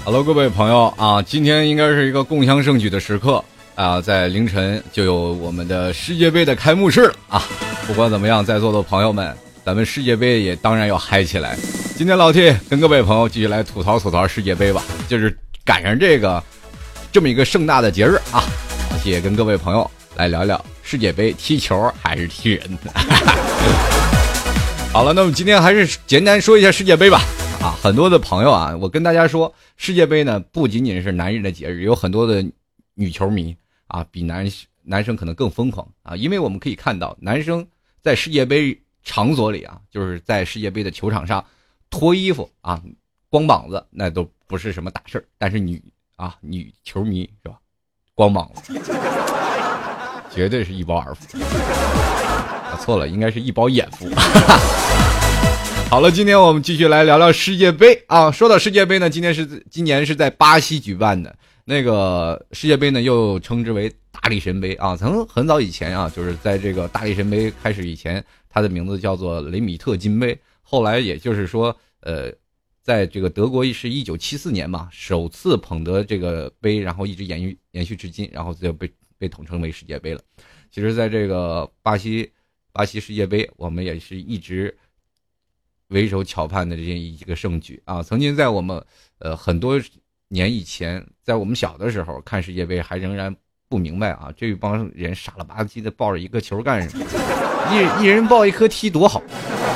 Hello， 各位朋友啊，今天应该是一个共襄盛举的时刻啊，在凌晨就有我们的世界杯的开幕式了啊。不管怎么样，在座的朋友们，咱们世界杯也当然要嗨起来。今天老 T 跟各位朋友继续来吐槽世界杯吧，就是赶上这么一个盛大的节日啊，老 T 也跟各位朋友来聊聊世界杯踢球还是踢人。好了，那么今天还是简单说一下世界杯吧。啊，很多的朋友啊，我跟大家说，世界杯呢不仅仅是男人的节日，有很多的女球迷啊，比男生可能更疯狂啊，因为我们可以看到，男生在世界杯场所里啊，就是在世界杯的球场上脱衣服啊，光膀子那都不是什么大事儿，但是女球迷是吧，光膀子绝对是一包二夫，错了，应该是一包眼夫。好了，今天我们继续来聊聊世界杯啊。说到世界杯呢，今年是在巴西举办的。那个世界杯呢，又称之为大力神杯啊。从很早以前啊，就是在这个大力神杯开始以前，它的名字叫做雷米特金杯。后来也就是说，在这个德国是1974年嘛，首次捧得这个杯，然后一直延续至今，然后就被统称为世界杯了。其实，在这个巴西世界杯，我们也是一直为首巧盼的这一个盛举啊！曾经在我们很多年以前，在我们小的时候看世界杯，还仍然不明白啊，这帮人傻了吧唧的抱着一个球干什么？一人抱一颗踢多好。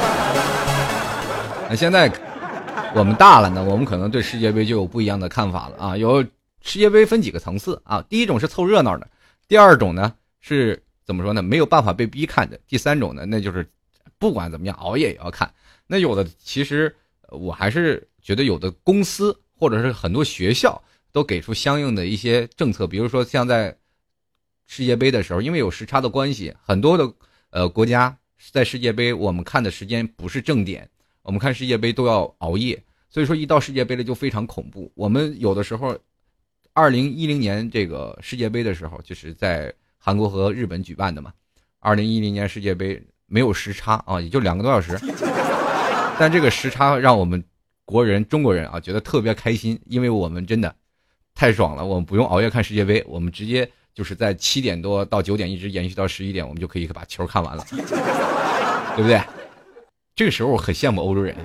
那现在我们大了呢，我们可能对世界杯就有不一样的看法了啊！有世界杯分几个层次啊？第一种是凑热闹的，第二种呢是怎么说呢？没有办法被逼看的，第三种呢，那就是不管怎么样熬夜也要看。那有的其实我还是觉得有的公司或者是很多学校都给出相应的一些政策，比如说像在世界杯的时候，因为有时差的关系，很多的国家在世界杯我们看的时间不是正点，我们看世界杯都要熬夜，所以说一到世界杯了就非常恐怖。我们有的时候2010年这个世界杯的时候，就是在韩国和日本举办的嘛。2010年世界杯没有时差啊，也就2个多小时。但这个时差让我们中国人啊觉得特别开心，因为我们真的太爽了，我们不用熬夜看世界杯，我们直接就是在7点多到9点一直延续到11点，我们就可以把球看完了，对不对？这个时候我很羡慕欧洲人，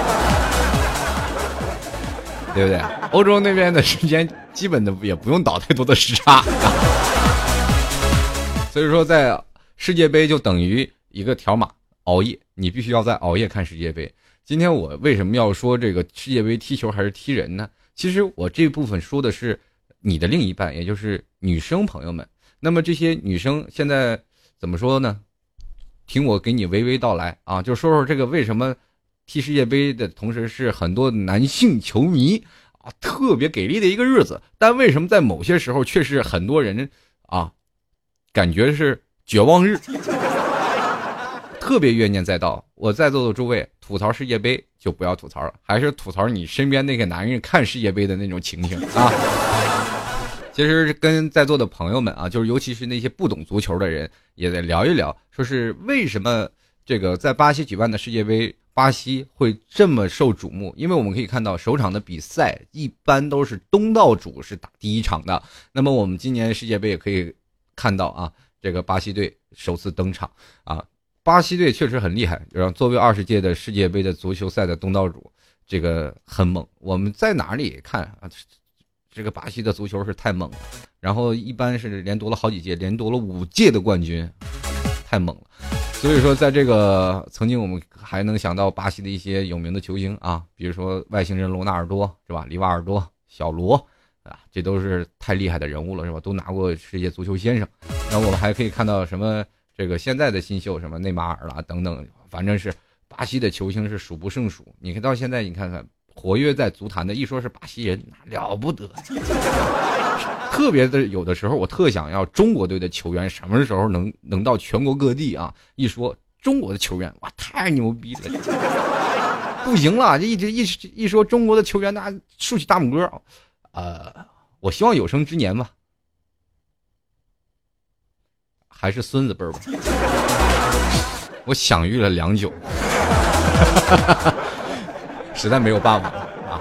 对不对？欧洲那边的时间基本的也不用倒太多的时差，所以说在世界杯就等于一个条码，熬夜，你必须要在熬夜看世界杯。今天我为什么要说这个世界杯踢球还是踢人呢？其实我这部分说的是你的另一半，也就是女生朋友们。那么这些女生现在怎么说呢？听我给你娓娓道来啊，就说说这个为什么踢世界杯的同时是很多男性球迷啊特别给力的一个日子，但为什么在某些时候却是很多人啊感觉是绝望日？特别怨念载道，我在座的诸位吐槽世界杯就不要吐槽了，还是吐槽你身边那个男人看世界杯的那种情形啊。其实跟在座的朋友们啊，就是尤其是那些不懂足球的人，也得聊一聊，说是为什么这个在巴西举办的世界杯，巴西会这么受瞩目？因为我们可以看到首场的比赛一般都是东道主是打第一场的，那么我们今年世界杯也可以看到啊，这个巴西队首次登场啊。巴西队确实很厉害，然后作为20届的世界杯的足球赛的东道主，这个很猛。我们在哪里看啊？这个巴西的足球是太猛了，然后一般是连夺了好几届，连夺了5届的冠军，太猛了。所以说，在这个曾经我们还能想到巴西的一些有名的球星啊，比如说外星人罗纳尔多是吧？里瓦尔多、小罗啊，这都是太厉害的人物了是吧？都拿过世界足球先生。然后我们还可以看到什么？这个现在的新秀什么内马尔啦等等，反正是巴西的球星是数不胜数。你看到现在，你看看活跃在足坛的，一说是巴西人，了不得。特别的有的时候，我特想要中国队的球员什么时候能到全国各地啊？一说中国的球员，哇，太牛逼了，不行了，这一说中国的球员，那竖起大拇哥。我希望有生之年吧。还是孙子辈儿吧，我享誉了良久，实在没有办法啊。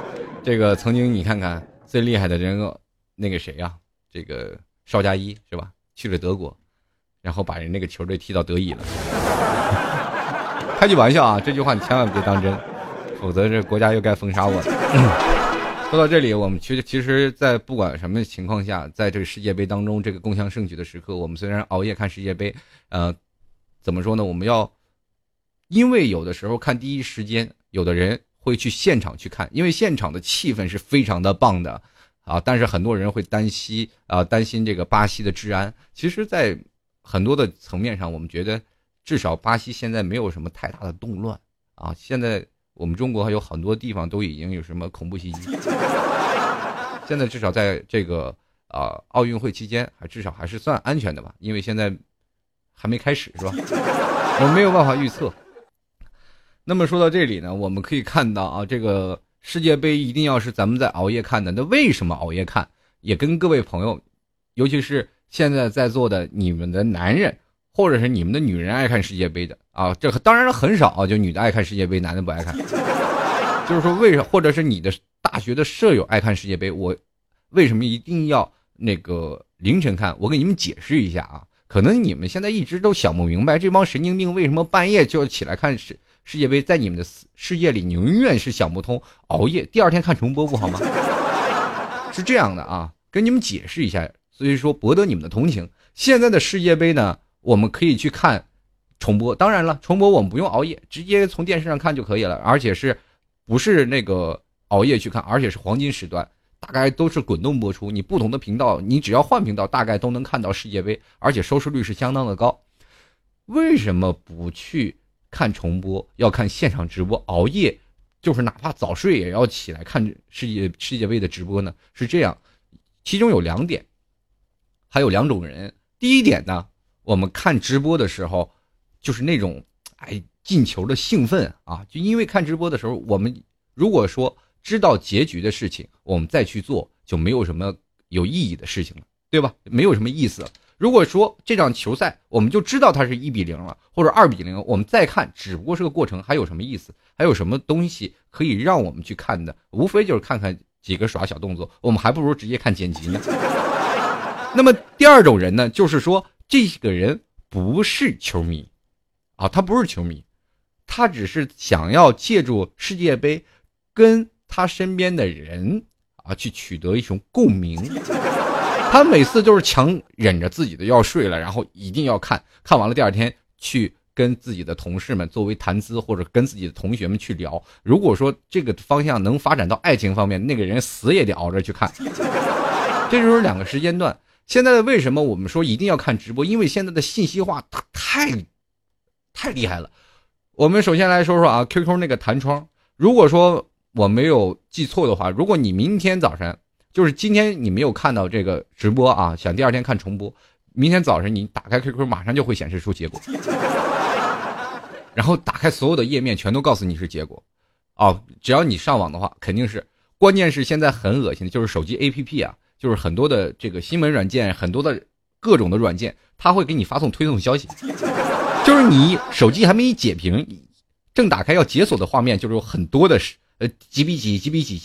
这个曾经你看看最厉害的人，那个谁呀、这个邵佳一是吧？去了德国，然后把人那个球队踢到德乙了。开句玩笑啊，这句话你千万别当真，否则这国家又该封杀我了。说到这里，我们其实在不管什么情况下，在这个世界杯当中，这个共襄盛举的时刻，我们虽然熬夜看世界杯，怎么说呢？我们要，因为有的时候看第一时间，有的人会去现场去看，因为现场的气氛是非常的棒的啊。但是很多人会担心这个巴西的治安。其实，在很多的层面上，我们觉得至少巴西现在没有什么太大的动乱啊。现在我们中国还有很多地方都已经有什么恐怖袭击，现在至少在这个奥运会期间，至少还是算安全的吧，因为现在还没开始是吧？我们没有办法预测。那么说到这里呢，我们可以看到啊，这个世界杯一定要是咱们在熬夜看的。那为什么熬夜看？也跟各位朋友，尤其是现在在座的你们的男人，或者是你们的女人爱看世界杯的啊，这当然很少啊，就女的爱看世界杯，男的不爱看。就是说为什么，或者是你的大学的舍友爱看世界杯，我为什么一定要那个凌晨看？我给你们解释一下啊。可能你们现在一直都想不明白，这帮神经病为什么半夜就起来看世界杯，在你们的世界里，你永远是想不通熬夜第二天看重播不好吗？是这样的啊，跟你们解释一下，所以说博得你们的同情。现在的世界杯呢，我们可以去看重播，当然了，重播我们不用熬夜，直接从电视上看就可以了，而且是不是那个熬夜去看，而且是黄金时段。大概都是滚动播出，你不同的频道，你只要换频道，大概都能看到世界杯，而且收视率是相当的高。为什么不去看重播，要看现场直播？熬夜就是哪怕早睡也要起来看世界杯的直播呢？是这样，其中有2点，还有2种人。第一点呢，我们看直播的时候，就是那种进球的兴奋啊，就因为看直播的时候，我们如果说知道结局的事情，我们再去做就没有什么有意义的事情了，对吧？没有什么意思了。如果说这场球赛我们就知道它是1-0了，或者2-0，我们再看只不过是个过程，还有什么意思？还有什么东西可以让我们去看的？无非就是看看几个耍小动作，我们还不如直接看剪辑呢。那么第2种人呢，就是说这个人不是球迷啊，他不是球迷，他只是想要借助世界杯跟他身边的人啊，去取得一种共鸣。他每次都是强忍着自己的要睡了，然后一定要看完了第2天去跟自己的同事们作为谈资，或者跟自己的同学们去聊。如果说这个方向能发展到爱情方面，那个人死也得熬着去看。这就是2个时间段。现在的为什么我们说一定要看直播？因为现在的信息化它太厉害了。我们首先来说说啊 ，QQ 那个弹窗，如果说我没有记错的话，如果你明天早上，就是今天你没有看到这个直播啊，想第2天看重播，明天早上你打开 QQ 马上就会显示出结果，然后打开所有的页面全都告诉你是结果啊，只要你上网的话肯定是。关键是现在很恶心的就是手机 APP 啊，就是很多的这个新闻软件，很多的各种的软件，它会给你发送推送消息，就是你手机还没解屏，正打开要解锁的画面，就是有很多的几比几，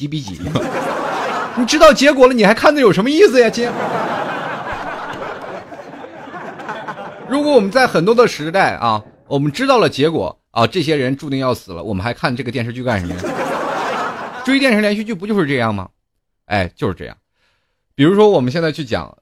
你知道结果了，你还看的有什么意思呀，亲？如果我们在很多的时代啊，我们知道了结果啊，这些人注定要死了，我们还看这个电视剧干什么呀？追电视连续剧不就是这样吗？就是这样。比如说我们现在去讲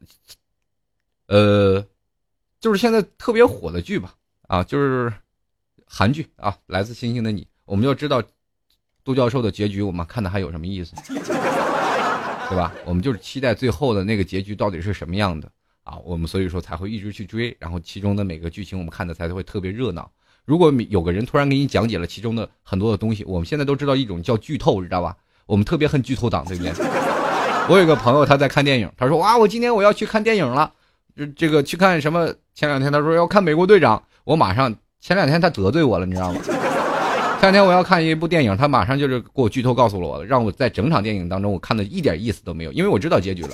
就是现在特别火的剧吧，啊，就是韩剧啊，来自星星的你。我们要知道杜教授的结局，我们看的还有什么意思，对吧？我们就是期待最后的那个结局到底是什么样的啊，我们所以说才会一直去追，然后其中的每个剧情我们看的才会特别热闹。如果有个人突然给你讲解了其中的很多的东西，我们现在都知道一种叫剧透，知道吧？我们特别恨剧透党，对不对？我有个朋友他在看电影，他说哇，我今天我要去看电影了，这个去看什么？前2天他说要看美国队长，我马上前2天他得罪我了，你知道吗？前2天我要看一部电影，他马上就是给我剧透告诉了我，让我在整场电影当中我看的一点意思都没有，因为我知道结局了。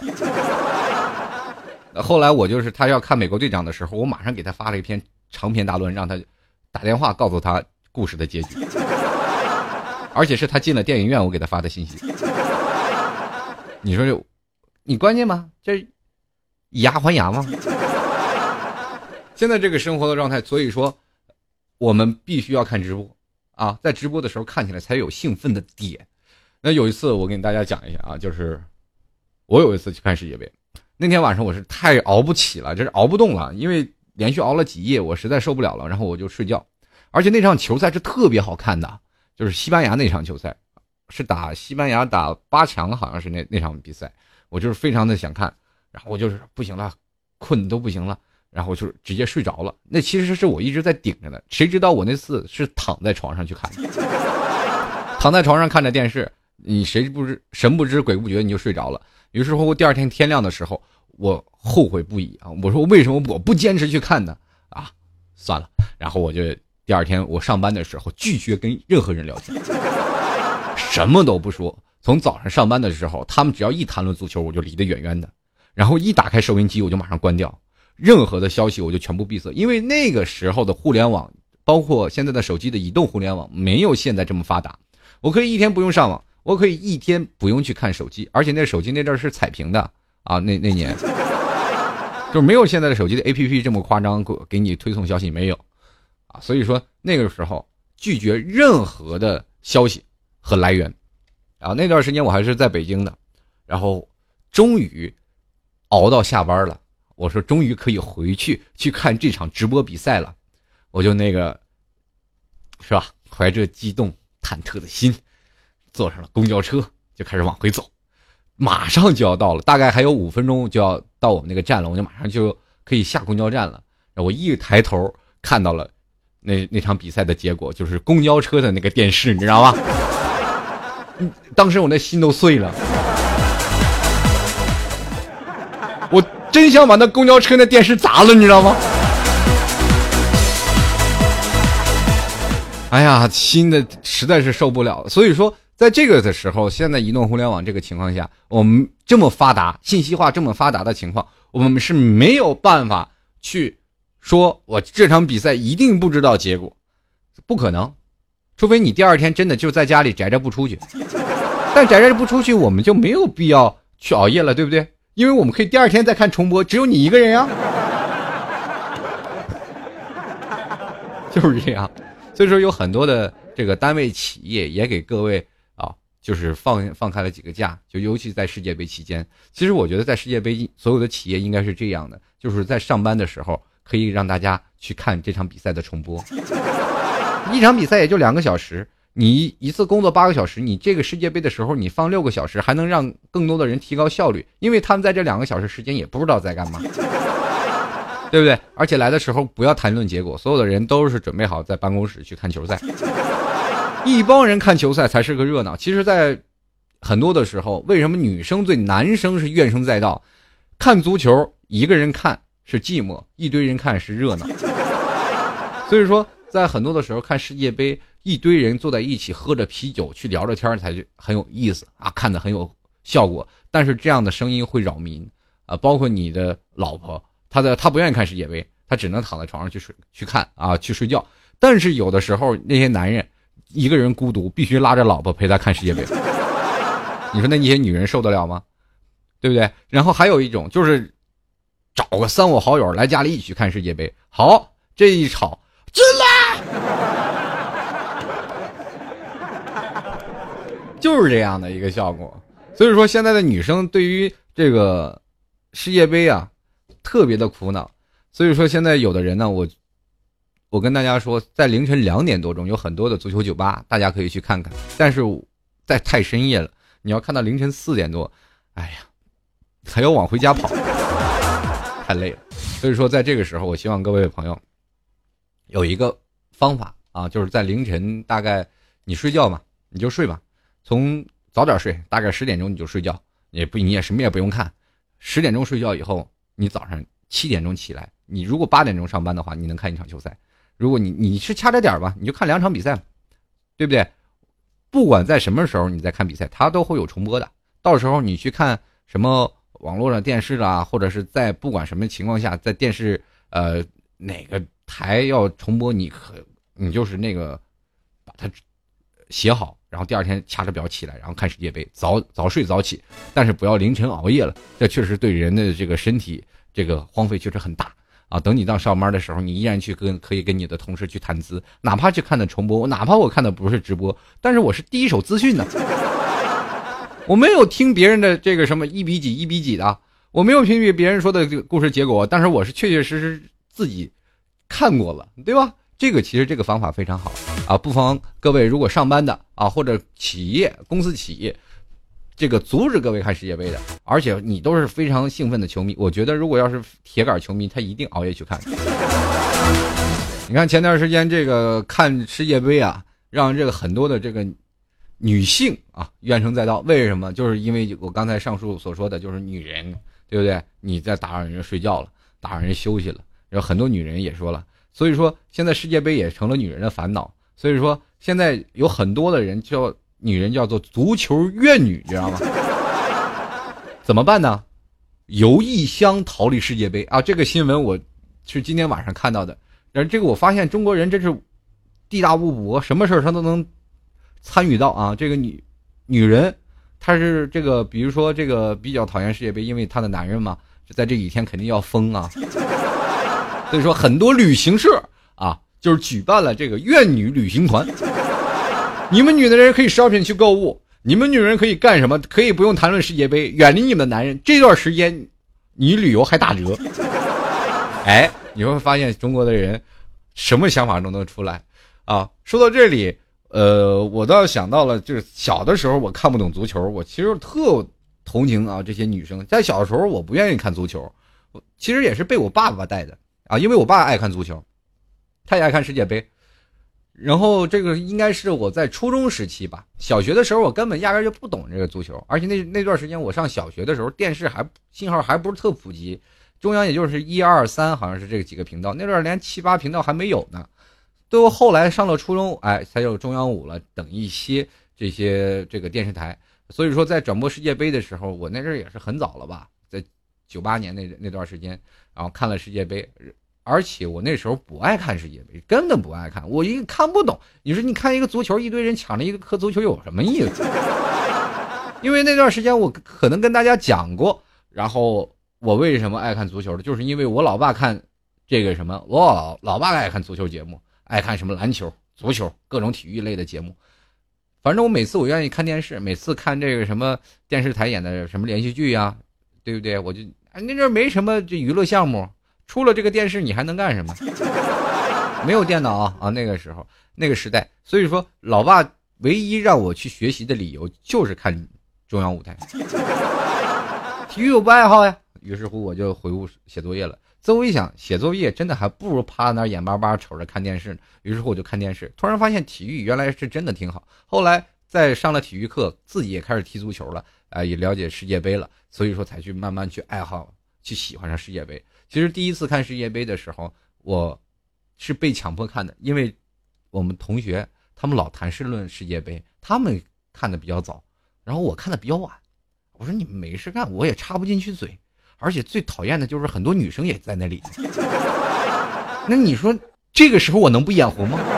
后来我就是他要看美国队长的时候，我马上给他发了一篇长篇大论，让他打电话告诉他故事的结局，而且是他进了电影院我给他发的信息。 你说你关键吗？这以牙还牙吗？现在这个生活的状态，所以说我们必须要看直播啊，在直播的时候看起来才有兴奋的点。那有一次我跟大家讲一下啊，就是我有一次去看世界杯，那天晚上我是太熬不起了，就是熬不动了，因为连续熬了几夜，我实在受不了了，然后我就睡觉。而且那场球赛是特别好看的，就是西班牙那场球赛，是打西班牙打8强，好像是那场比赛，我就是非常的想看，然后我就是不行了，困都不行了，然后就直接睡着了。那其实是我一直在顶着的，谁知道我那次是躺在床上去看的，躺在床上看着电视，你神不知鬼不觉你就睡着了。于是乎第二天天亮的时候，我后悔不已啊！我说为什么我不坚持去看呢？啊，算了，然后我就第二天我上班的时候拒绝跟任何人聊天，什么都不说。从早上上班的时候，他们只要一谈论足球，我就离得远远的，然后一打开收音机我就马上关掉，任何的消息我就全部闭塞，因为那个时候的互联网，包括现在的手机的移动互联网，没有现在这么发达。我可以一天不用上网，我可以一天不用去看手机，而且那手机那阵是彩屏的啊，那年就是没有现在的手机的 APP 这么夸张，给你推送消息没有啊，所以说那个时候拒绝任何的消息和来源。然后那段时间我还是在北京的，然后终于熬到下班了，我说终于可以回去看这场直播比赛了，我就那个是吧，怀着激动忐忑的心坐上了公交车，就开始往回走，马上就要到了，大概还有5分钟就要到我们那个站了，我就马上就可以下公交站了。然后我一抬头看到了那场比赛的结果，就是公交车的那个电视，你知道吗？当时我那心都碎了，我真想把那公交车那电视砸了，你知道吗？哎呀，心的实在是受不了。所以说在这个的时候，现在移动互联网这个情况下，我们这么发达，信息化这么发达的情况，我们是没有办法去说我这场比赛一定不知道结果，不可能，除非你第二天真的就在家里宅着不出去。但宅着不出去，我们就没有必要去熬夜了，对不对？因为我们可以第二天再看重播，只有你一个人啊。就是这样。所以说有很多的这个单位企业也给各位啊，就是放开了几个假，就尤其在世界杯期间。其实我觉得在世界杯所有的企业应该是这样的，就是在上班的时候可以让大家去看这场比赛的重播。一场比赛也就2个小时，你一次工作8个小时，你这个世界杯的时候你放6个小时，还能让更多的人提高效率，因为他们在这2个小时时间也不知道在干嘛。对不对？而且来的时候不要谈论结果，所有的人都是准备好在办公室去看球赛，一帮人看球赛才是个热闹。其实在很多的时候，为什么女生对男生是怨声载道？看足球一个人看是寂寞，一堆人看是热闹。所以说在很多的时候看世界杯，一堆人坐在一起喝着啤酒去聊着天才很有意思啊，看得很有效果。但是这样的声音会扰民啊，包括你的老婆，他不愿意看世界杯，他只能躺在床上去看啊，去睡觉。但是有的时候那些男人一个人孤独，必须拉着老婆陪他看世界杯。你说那些女人受得了吗？对不对？然后还有一种就是找个3、5好友来家里一起看世界杯，好，这一吵进来，就是这样的一个效果。所以说现在的女生对于这个世界杯啊特别的苦恼。所以说现在有的人呢，我跟大家说，在凌晨2点多钟有很多的足球酒吧，大家可以去看看。但是在太深夜了，你要看到凌晨4点多，哎呀，还要往回家跑，太累了。所以说在这个时候，我希望各位朋友有一个方法啊，就是在凌晨大概你睡觉嘛，你就睡吧，从早点睡，大概10点钟你就睡觉，你也什么也不用看，10点钟睡觉以后，你早上7点钟起来，你如果8点钟上班的话，你能看一场球赛。如果你是掐着点吧，你就看2场比赛，对不对？不管在什么时候你在看比赛，它都会有重播的。到时候你去看什么网络上电视啦，或者是在不管什么情况下，在电视哪个台要重播，你就是那个把它写好然后第二天掐着表起来，然后看世界杯，早睡早起，但是不要凌晨熬夜了，这确实对人的这个身体这个荒废确实很大啊。等你到上班的时候，你依然可以跟你的同事去谈资，哪怕去看的重播，哪怕我看的不是直播，但是我是第一手资讯呢。我没有听别人的这个什么1比几1比几的，我没有听别人说的这个故事结果，但是我是确确实实自己看过了，对吧？其实这个方法非常好啊，不妨各位如果上班的啊，或者公司企业，这个阻止各位看世界杯的，而且你都是非常兴奋的球迷，我觉得如果要是铁杆球迷，他一定熬夜去看。你看前段时间这个看世界杯啊，让这个很多的这个女性啊怨声载道，为什么？就是因为我刚才上述所说的，就是女人，对不对？你在打扰人睡觉了，打扰人休息了，然后很多女人也说了，所以说现在世界杯也成了女人的烦恼，所以说现在有很多的人女人叫做足球怨女，知道吗？怎么办呢？由异乡逃离世界杯啊！这个新闻我是今天晚上看到的，然后这个我发现中国人真是地大物博，什么事他都能参与到啊。这个女人她是这个比如说这个比较讨厌世界杯，因为她的男人嘛在这几天肯定要疯啊，所以说很多旅行社啊就是举办了这个怨女旅行团。你们女的人可以 shopping 去购物，你们女人可以干什么？可以不用谈论世界杯，远离你们的男人，这段时间你旅游还打折。哎，你会发现中国的人什么想法都能出来啊。说到这里我倒想到了，就是小的时候我看不懂足球，我其实特同情啊这些女生。在小的时候我不愿意看足球，其实也是被我爸爸带的啊，因为我爸爱看足球，他也爱看世界杯。然后这个应该是我在初中时期吧，小学的时候我根本压根就不懂这个足球，而且那段时间我上小学的时候电视信号还不是特普及，中央也就是1、2、3好像是这几个频道，那段连7、8频道还没有呢。最后后来上了初中，哎，才有中央5了等一些这个电视台。所以说在转播世界杯的时候，我那阵也是很早了吧，在98年那段时间，然后看了世界杯。而且我那时候不爱看世界杯，根本不爱看，我一看不懂。你说你看一个足球，一堆人抢着一颗足球有什么意思？因为那段时间我可能跟大家讲过，然后我为什么爱看足球的，就是因为我老爸看这个什么，我老爸爱看足球节目，爱看什么篮球、足球各种体育类的节目。反正我每次我愿意看电视，每次看这个什么电视台演的什么连续剧啊，对不对？我就那阵没什么这娱乐项目。除了这个电视你还能干什么？没有电脑啊，那个时候那个时代，所以说老爸唯一让我去学习的理由就是看中央舞台。体育我不爱好呀，于是乎我就回屋写作业了。最后一想，写作业真的还不如趴在那儿眼巴巴瞅着看电视呢，于是乎我就看电视，突然发现体育原来是真的挺好。后来在上了体育课，自己也开始踢足球了，也了解世界杯了，所以说才去慢慢去爱好，去喜欢上世界杯。其实第一次看世界杯的时候，我是被强迫看的，因为我们同学他们老谈论世界杯，他们看的比较早，然后我看的比较晚。我说你们没事干，我也插不进去嘴，而且最讨厌的就是很多女生也在那里。那你说这个时候我能不眼红吗？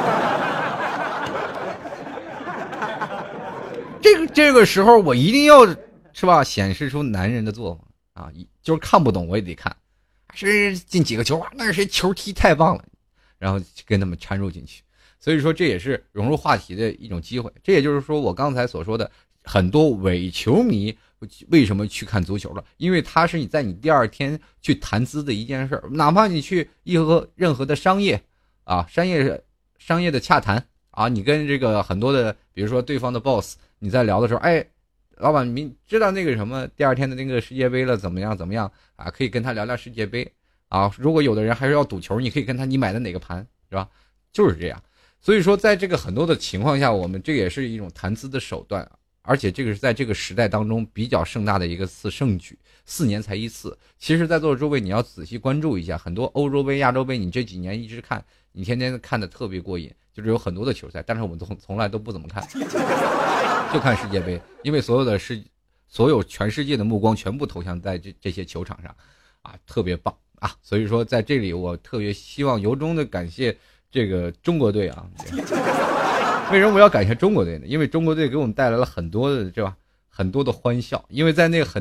这个时候我一定要是吧，显示出男人的作风啊，就是看不懂我也得看。是进几个球啊？那谁球踢太棒了，然后跟他们掺入进去。所以说这也是融入话题的一种机会。这也就是说我刚才所说的很多伪球迷为什么去看足球了，因为它是在你第二天去谈资的一件事，哪怕你去任何的商业啊商业的洽谈啊，你跟这个很多的比如说对方的 boss 你在聊的时候，哎，老板你知道那个什么第二天的那个世界杯了怎么样啊，可以跟他聊聊世界杯啊。如果有的人还是要赌球，你可以跟他你买的哪个盘，是吧？就是这样。所以说在这个很多的情况下，我们这也是一种谈资的手段，而且这个是在这个时代当中比较盛大的一个次盛举，4年才一次。其实在座的诸位你要仔细关注一下，很多欧洲杯亚洲杯你这几年一直看，你天天看的特别过瘾，就是有很多的球赛，但是我们从来都不怎么看，就看世界杯，因为所有全世界的目光全部投向在这些球场上啊，特别棒啊。所以说在这里我特别希望由衷的感谢这个中国队啊， 为什么我要感谢中国队呢？因为中国队给我们带来了很多的，对吧？很多的欢笑。因为在那个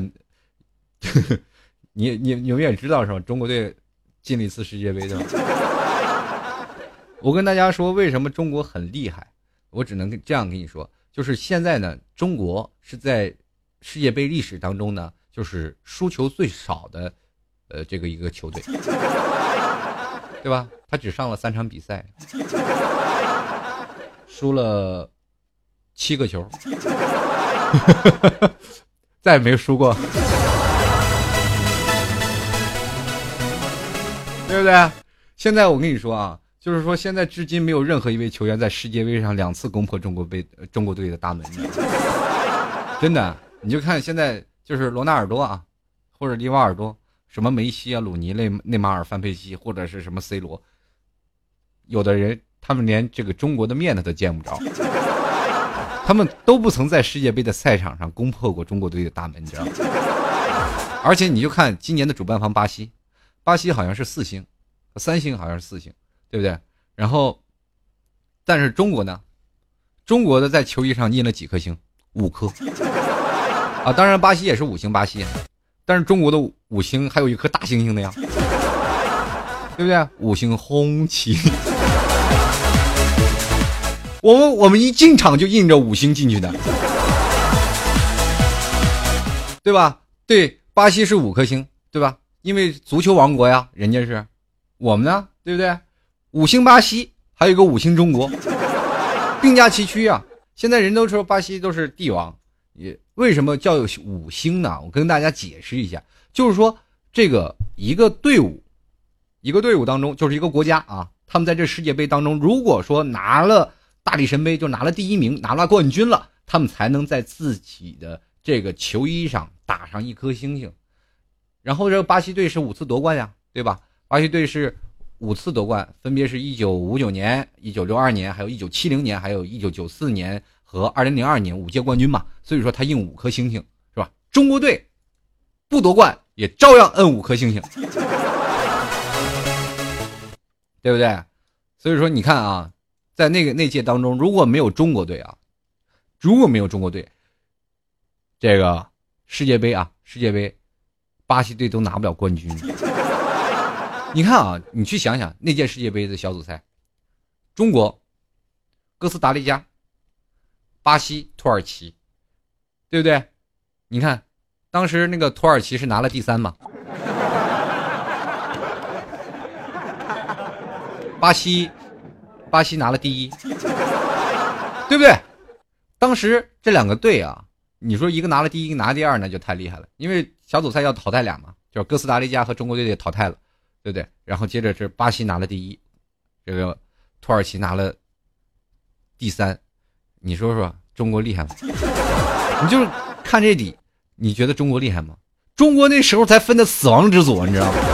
你们也知道是吧？中国队进了一次世界杯，对吧？我跟大家说，为什么中国很厉害？我只能这样跟你说，就是现在呢，中国是在世界杯历史当中呢，就是输球最少的，这个一个球队，对吧？他只上了3场比赛，输了7个球，再也没输过，对不对？现在我跟你说啊。就是说，现在至今没有任何一位球员在世界杯上2次攻破中国队的大门，真的。你就看现在，就是罗纳尔多啊，或者利瓦尔多，什么梅西啊、鲁尼、内马尔、范佩西，或者是什么 C 罗，有的人他们连这个中国的面子都见不着，他们都不曾在世界杯的赛场上攻破过中国队的大门，你知道吗？而且你就看今年的主办方巴西好像是4星，3星好像是4星。对不对？然后，但是中国呢？中国的在球衣上印了几颗星？5颗。啊，当然巴西也是5星巴西，但是中国的5星还有一颗大猩猩的呀，对不对？5星红旗。我们一进场就印着5星进去的，对吧？对，巴西是5颗星，对吧？因为足球王国呀，人家是，我们呢，对不对？5星巴西，还有一个5星中国，并驾齐驱啊！现在人都说巴西都是帝王，也为什么叫有5星呢？我跟大家解释一下，就是说这个一个队伍当中，就是一个国家啊，他们在这世界杯当中，如果说拿了大力神杯，就拿了第1名，拿了冠军了，他们才能在自己的这个球衣上打上1颗星星。然后这个巴西队是5次夺冠呀，对吧？巴西队是5次夺冠，分别是1959年、1962年，还有1970年，还有1994年和2002年5届冠军嘛。所以说他印5颗星星，是吧？中国队不夺冠也照样摁5颗星星，对不对？所以说你看啊，在那届当中，如果没有中国队，这个世界杯，巴西队都拿不了冠军。你看啊，你去想想那届世界杯的小组赛，中国、哥斯达黎加、巴西、土耳其，对不对？你看，当时那个土耳其是拿了第3嘛，巴西拿了第1，对不对？当时这2个队啊，你说一个拿了第1，一个拿了第2，那就太厉害了，因为小组赛要淘汰俩嘛，就是哥斯达黎加和中国队也淘汰了。对不对？然后接着是巴西拿了第1，这个土耳其拿了第3，你说说中国厉害吗？你就是看这里，你觉得中国厉害吗？中国那时候才分的死亡之组，你知道吗？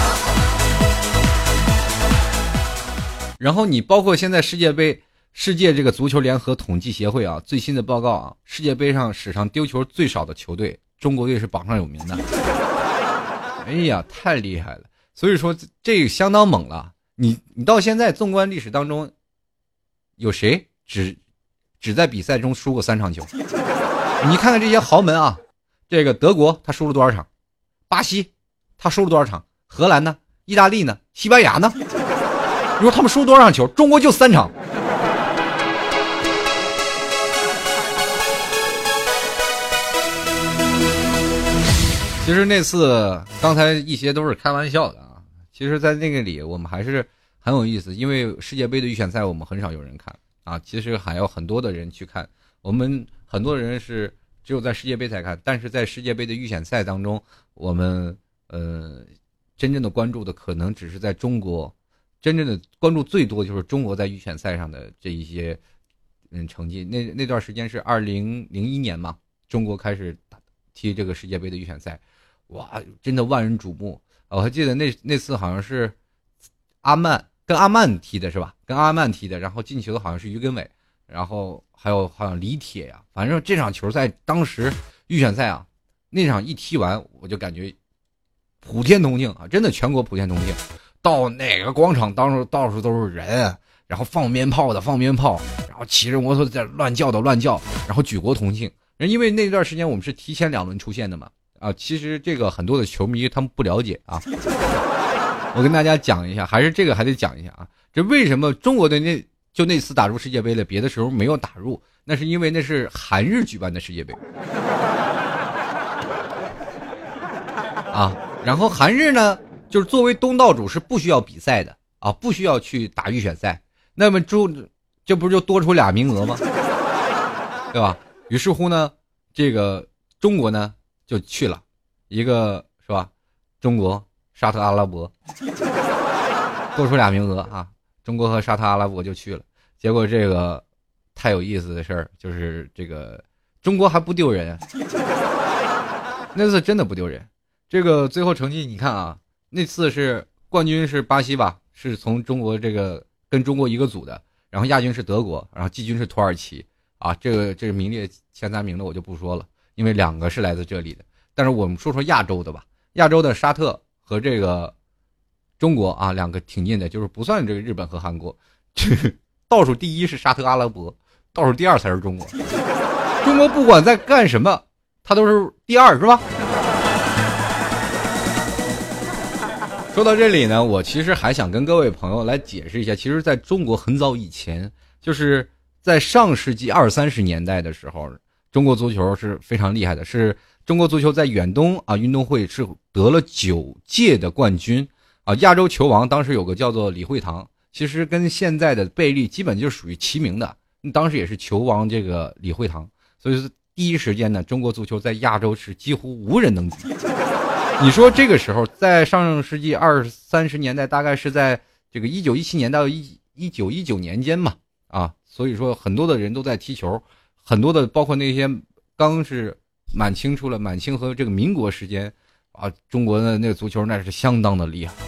然后你包括现在世界这个足球联合统计协会啊最新的报告啊，世界杯上史上丢球最少的球队，中国队是榜上有名的。哎呀，太厉害了！所以说这个相当猛了。你到现在纵观历史当中，有谁只在比赛中输过3场球？你看看这些豪门啊，这个德国他输了多少场？巴西他输了多少场？荷兰呢？意大利呢？西班牙呢？你说他们输多少场球？中国就3场。其实那次刚才一些都是开玩笑的啊，其实在那个里我们还是很有意思，因为世界杯的预选赛我们很少有人看啊，其实还有很多的人去看，我们很多人是只有在世界杯才看，但是在世界杯的预选赛当中，我们真正的关注的可能只是在中国，真正的关注最多就是中国在预选赛上的这一些成绩。那段时间是2001年嘛，中国开始踢这个世界杯的预选赛，哇，真的万人瞩目。我还记得那次好像是跟阿曼踢的是吧？跟阿曼踢的，然后进球的好像是于根伟，然后还有好像李铁呀，反正这场球赛当时预选赛啊，那场一踢完我就感觉普天同庆啊，真的全国普天同庆。到哪个广场到处都是人， 然后放鞭炮，然后骑着摩托在乱叫，然后举国同庆。因为那段时间我们是提前2轮出现的嘛，其实这个很多的球迷他们不了解啊。我跟大家讲一下，还得讲一下啊，这为什么中国的那次打入世界杯了，别的时候没有打入，那是因为那是韩日举办的世界杯啊。然后韩日呢，就是作为东道主是不需要比赛的啊，不需要去打预选赛，那么这不就多出2名额吗？对吧？于是乎呢，这个中国呢就去了，一个是吧？中国、沙特阿拉伯多出2名额啊，中国和沙特阿拉伯就去了。结果这个太有意思的事儿，就是这个中国还不丢人，那次真的不丢人。这个最后成绩你看啊，那次是冠军是巴西吧，是从中国这个跟中国一个组的，然后亚军是德国，然后季军是土耳其啊，这个名列前3名的我就不说了，因为2个是来自这里的。但是我们说亚洲的吧，亚洲的沙特和这个中国啊，2个挺近的，就是不算这个日本和韩国。倒数第1是沙特阿拉伯，倒数第2才是中国。中国不管在干什么，它都是第2，是吧？说到这里呢，我其实还想跟各位朋友来解释一下，其实在中国很早以前，就是在上世纪20、30年代的时候，中国足球是非常厉害的，是中国足球在远东啊运动会是得了9届的冠军啊，亚洲球王当时有个叫做李惠堂，其实跟现在的贝利基本就属于齐名的，当时也是球王这个李惠堂，所以说第一时间呢，中国足球在亚洲是几乎无人能及。你说这个时候在上世纪20、30年代，大概是在这个1917年到1919年间嘛啊，所以说很多的人都在踢球，很多的包括那些刚是满清和这个民国时间啊，中国的那个足球那是相当的厉害。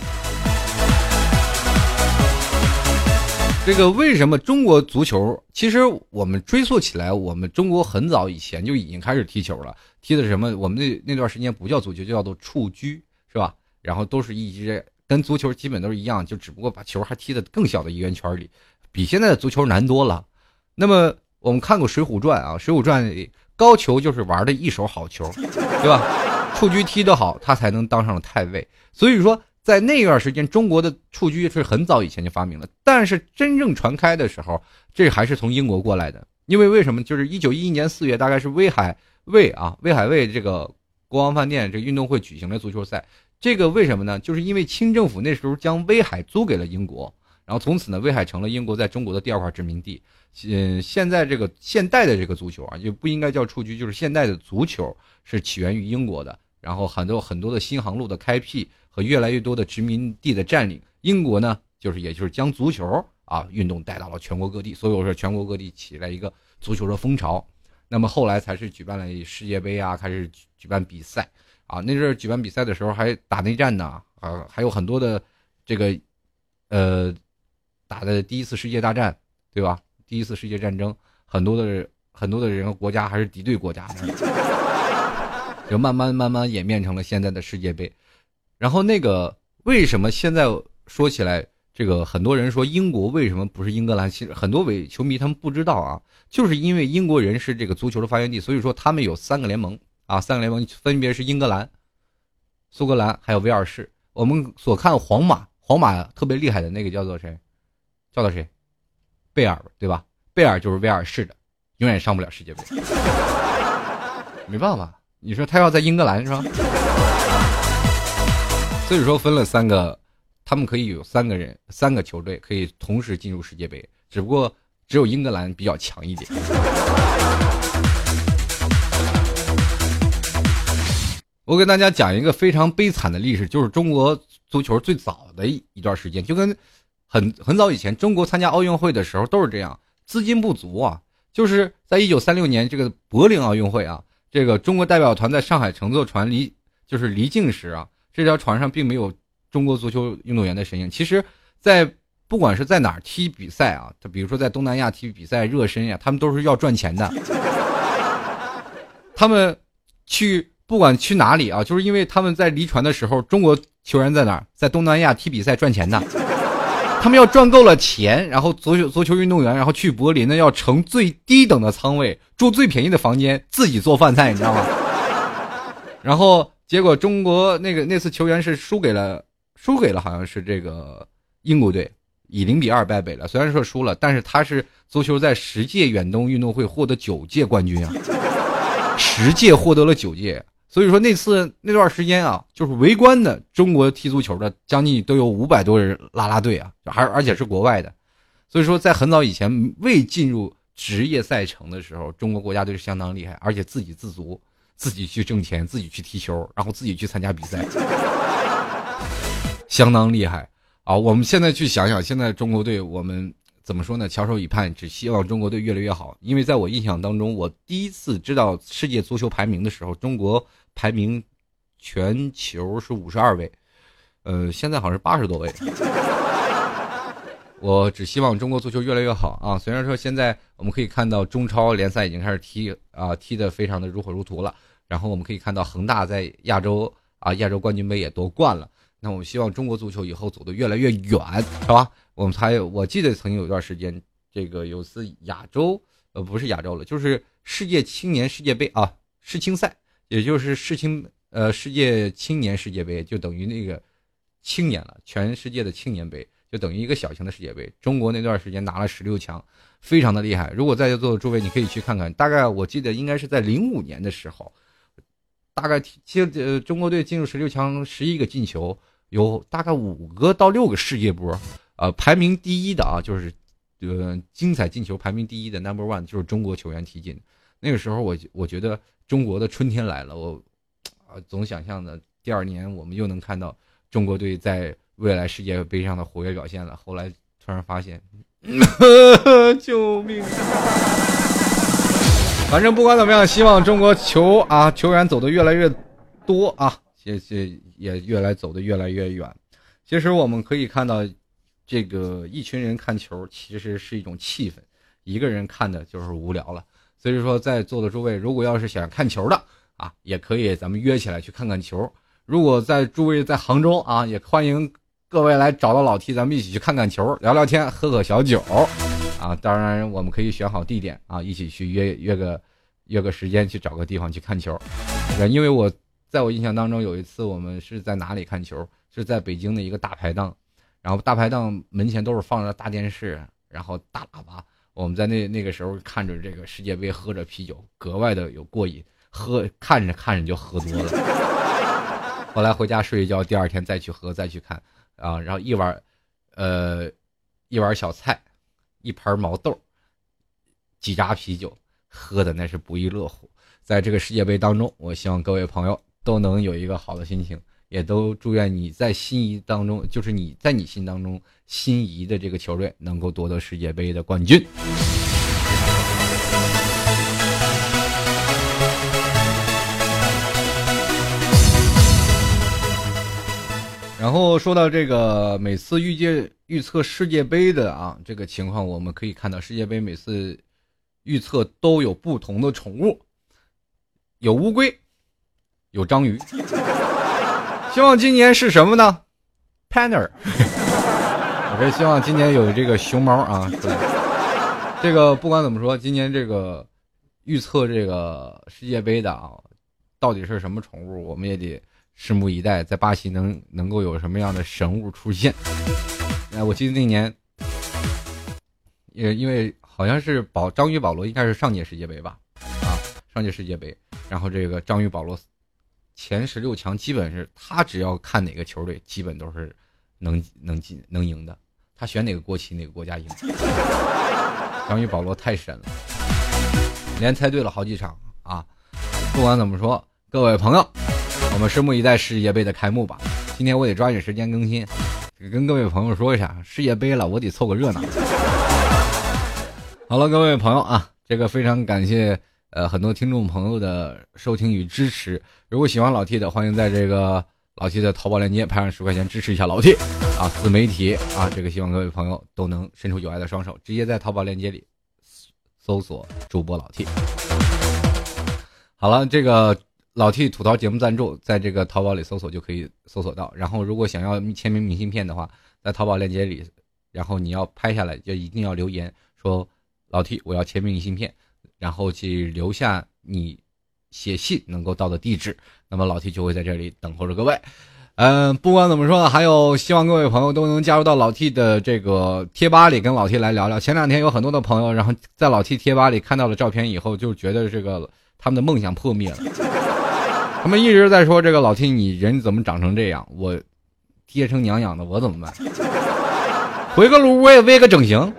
这个为什么中国足球，其实我们追溯起来，我们中国很早以前就已经开始踢球了，踢的什么，我们那段时间不叫足球，就叫做蹴鞠，是吧？然后都是一直跟足球基本都是一样，就只不过把球还踢得更小的一圆圈里，比现在的足球难多了。那么我们看过《水浒传》啊，《水浒传》里高俅就是玩的一手好球，对吧？蹴鞠踢得好，他才能当上了太尉。所以说在那段时间，中国的蹴鞠是很早以前就发明了，但是真正传开的时候，这还是从英国过来的。因为什么？就是1911年4月，大概是威海卫这个国王饭店这个运动会举行了足球赛。这个为什么呢？就是因为清政府那时候将威海租给了英国，然后从此呢，威海成了英国在中国的第2块殖民地。现在这个现代的这个足球啊，就不应该叫蹴鞠，就是现代的足球是起源于英国的。然后很多的新航路的开辟和越来越多的殖民地的占领，英国呢也就是将足球啊运动带到了全国各地，所以我说全国各地起来一个足球的风潮。那么后来才是举办了世界杯啊，开始举办比赛啊。那阵举办比赛的时候还打内战呢啊，还有很多的这个打的第1次世界大战，对吧？第1次世界战争，很多的人国家还是敌对国家的。就慢慢演变成了现在的世界杯。然后那个为什么现在说起来，这个很多人说英国为什么不是英格兰，其实很多伪球迷他们不知道啊，就是因为英国人是这个足球的发源地，所以说他们有3个联盟啊，3个联盟分别是英格兰、苏格兰还有威尔士。我们所看皇马特别厉害的那个叫做谁？贝尔，对吧？贝尔就是威尔士的，永远上不了世界杯。没办法，你说他要在英格兰是吧？所以说分了3个，他们可以有3个球队可以同时进入世界杯，只不过只有英格兰比较强一点。我跟大家讲一个非常悲惨的历史，就是中国足球最早的一段时间，就跟很早以前中国参加奥运会的时候都是这样，资金不足啊。就是在1936年这个柏林奥运会啊，这个中国代表团在上海乘坐船离境时啊，这条船上并没有中国足球运动员的身影。其实在不管是在哪儿踢比赛啊，他比如说在东南亚踢比赛热身呀，他们都是要赚钱的。他们不管去哪里啊，就是因为他们在离船的时候，中国球员在哪儿？在东南亚踢比赛赚钱的。 他们要赚够了钱，然后足球运动员，然后去柏林呢，要乘最低等的舱位，住最便宜的房间，自己做饭菜，你知道吗？然后结果中国那次球员是输给了好像是这个英国队，以0-2败北了。虽然说输了，但是他是足球在10届远东运动会获得9届冠军啊，10届获得了9届。所以说那段时间啊，就是围观的中国踢足球的将近都有500多人拉队啊，而且是国外的。所以说在很早以前未进入职业赛程的时候，中国国家队是相当厉害，而且自给自足，自己去挣钱，自己去踢球，然后自己去参加比赛，相当厉害啊！我们现在去想想，现在中国队我们怎么说呢？翘首以盼，只希望中国队越来越好。因为在我印象当中，我第一次知道世界足球排名的时候，中国排名全球是52位，现在好像是80多位。我只希望中国足球越来越好啊！虽然说现在我们可以看到中超联赛已经开始踢得非常的如火如荼了，然后我们可以看到恒大在亚洲冠军杯也夺冠了。那我们希望中国足球以后走得越来越远，是吧？我记得曾经有一段时间，这个有次不是亚洲了，就是世界青年世界杯啊，世青赛，也就是世界青年世界杯，就等于那个青年了，全世界的青年杯。就等于一个小型的世界杯，中国那段时间拿了16强，非常的厉害。如果在座的诸位，你可以去看看，大概我记得应该是在05年的时候，大概中国队进入16强11个进球，有大概5个到6个世界波，排名第一的啊，就是精彩进球排名第一的 No.1 就是中国球员踢进。那个时候我觉得中国的春天来了，我总想象的第2年我们又能看到中国队在未来世界杯上的活跃表现了。后来突然发现救命反正不管怎么样，希望中国球员走得越来越多啊，也走得越来越远。其实我们可以看到，这个一群人看球其实是一种气氛，一个人看的就是无聊了。所以说在座的诸位，如果要是想看球的啊，也可以咱们约起来去看看球。如果诸位在杭州啊，也欢迎各位来找到老 T， 咱们一起去看看球，聊聊天，喝小酒啊。当然我们可以选好地点啊，一起去约个时间去找个地方去看球。因为在我印象当中有一次我们是在哪里看球，是在北京的一个大排档，然后大排档门前都是放着大电视，然后大喇叭，我们在那个时候看着这个世界杯，喝着啤酒，格外的有过瘾，看着就喝多了。后来回家睡一觉，第2天再去喝再去看啊，然后一碗小菜，一盘毛豆，几扎啤酒，喝的那是不亦乐乎。在这个世界杯当中，我希望各位朋友都能有一个好的心情，也都祝愿你在心仪当中，就是你在你心当中心仪的这个球队能够夺得世界杯的冠军。然后说到这个每次预测世界杯的这个情况，我们可以看到世界杯每次预测都有不同的宠物，有乌龟，有章鱼。希望今年是什么呢 ？Panda。我是希望今年有这个熊猫啊。这个不管怎么说，今年这个预测这个世界杯的到底是什么宠物，我们也得拭目以待，在巴西能够有什么样的神物出现。我记得那年因为好像是章鱼保罗应该是上届世界杯吧，上届世界杯，然后这个章鱼保罗前16强基本是他只要看哪个球队基本都是能赢的，他选哪个国旗哪个国家赢。章鱼保罗太神了，连猜对了好几场啊！不管怎么说，各位朋友，我们拭目以待世界杯的开幕吧。今天我得抓紧时间更新，跟各位朋友说一下，世界杯了，我得凑个热闹。好了，各位朋友啊，这个非常感谢很多听众朋友的收听与支持。如果喜欢老 T 的，欢迎在这个老 T 的淘宝链接拍上10块钱支持一下老 T 啊，自媒体啊，这个希望各位朋友都能伸出有爱的双手，直接在淘宝链接里搜索主播老 T。好了，这个老 T 吐槽节目赞助，在这个淘宝里搜索就可以搜索到。然后如果想要签名明信片的话，在淘宝链接里然后你要拍下来，就一定要留言说老 T 我要签名芯片，然后去留下你写信能够到的地址，那么老 T 就会在这里等候着各位。不管怎么说，还有希望各位朋友都能加入到老 T 的这个贴吧里，跟老 T 来聊聊。前两天有很多的朋友，然后在老 T 贴吧里看到了照片以后，就觉得这个他们的梦想破灭了。他们一直在说这个老 T 你人怎么长成这样，我爹成娘养的我怎么办？回个炉我也为个整形，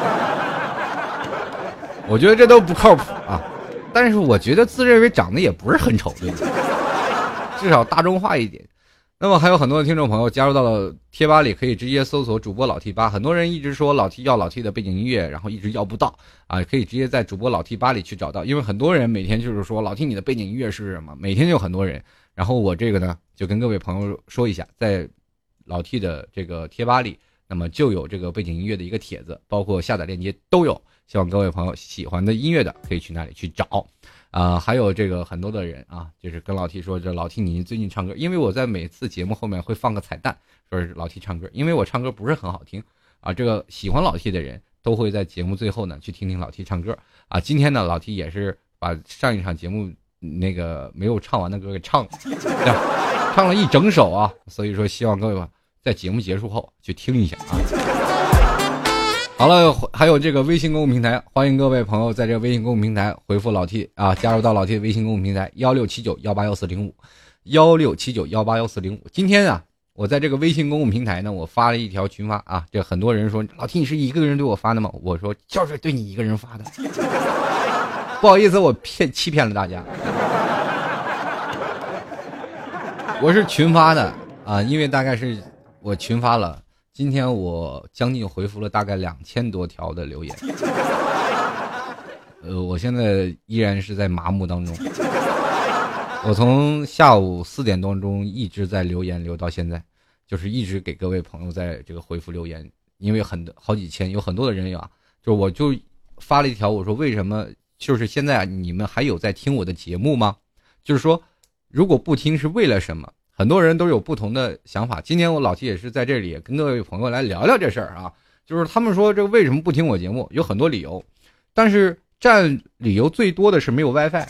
我觉得这都不靠谱啊。但是我觉得自认为长得也不是很丑，对不对？至少大众化一点。那么还有很多的听众朋友加入到了贴吧里，可以直接搜索主播老 T 吧。很多人一直说老 T 要老 T 的背景音乐，然后一直要不到啊，可以直接在主播老 T 吧里去找到。因为很多人每天就是说老 T 你的背景音乐是什么，每天就很多人。然后我这个呢就跟各位朋友说一下，在老 T 的这个贴吧里，那么就有这个背景音乐的一个帖子，包括下载链接都有。希望各位朋友喜欢的音乐的可以去那里去找。还有这个很多的人啊，就是跟老 T 说，这老 T 你最近唱歌，因为我在每次节目后面会放个彩蛋，说是老 T 唱歌，因为我唱歌不是很好听啊。这个喜欢老 T 的人都会在节目最后呢去听听老 T 唱歌啊。今天呢，老 T 也是把上一场节目那个没有唱完的歌给唱了，唱了一整首啊。所以说，希望各位在节目结束后去听一下啊。好了，还有这个微信公共平台，欢迎各位朋友在这个微信公共平台回复老 T 啊，加入到老 T 的微信公共平台1679181405，1679181405。今天啊，我在这个微信公共平台呢，我发了一条群发啊，这很多人说老 T 你是一个人对我发的吗？我说就是对你一个人发的，不好意思，我欺骗了大家，我是群发的啊，因为大概是我群发了。今天我将近回复了大概2000多条的留言，我现在依然是在麻木当中。我从下午4点多钟一直在留言留到现在，就是一直给各位朋友在这个回复留言，因为好几千，有很多的人啊，就我就发了一条，我说为什么就是现在你们还有在听我的节目吗？就是说如果不听是为了什么？很多人都有不同的想法。今天我老 T 也是在这里跟各位朋友来聊聊这事儿啊，就是他们说这个为什么不听我节目，有很多理由，但是占理由最多的是没有 WiFi，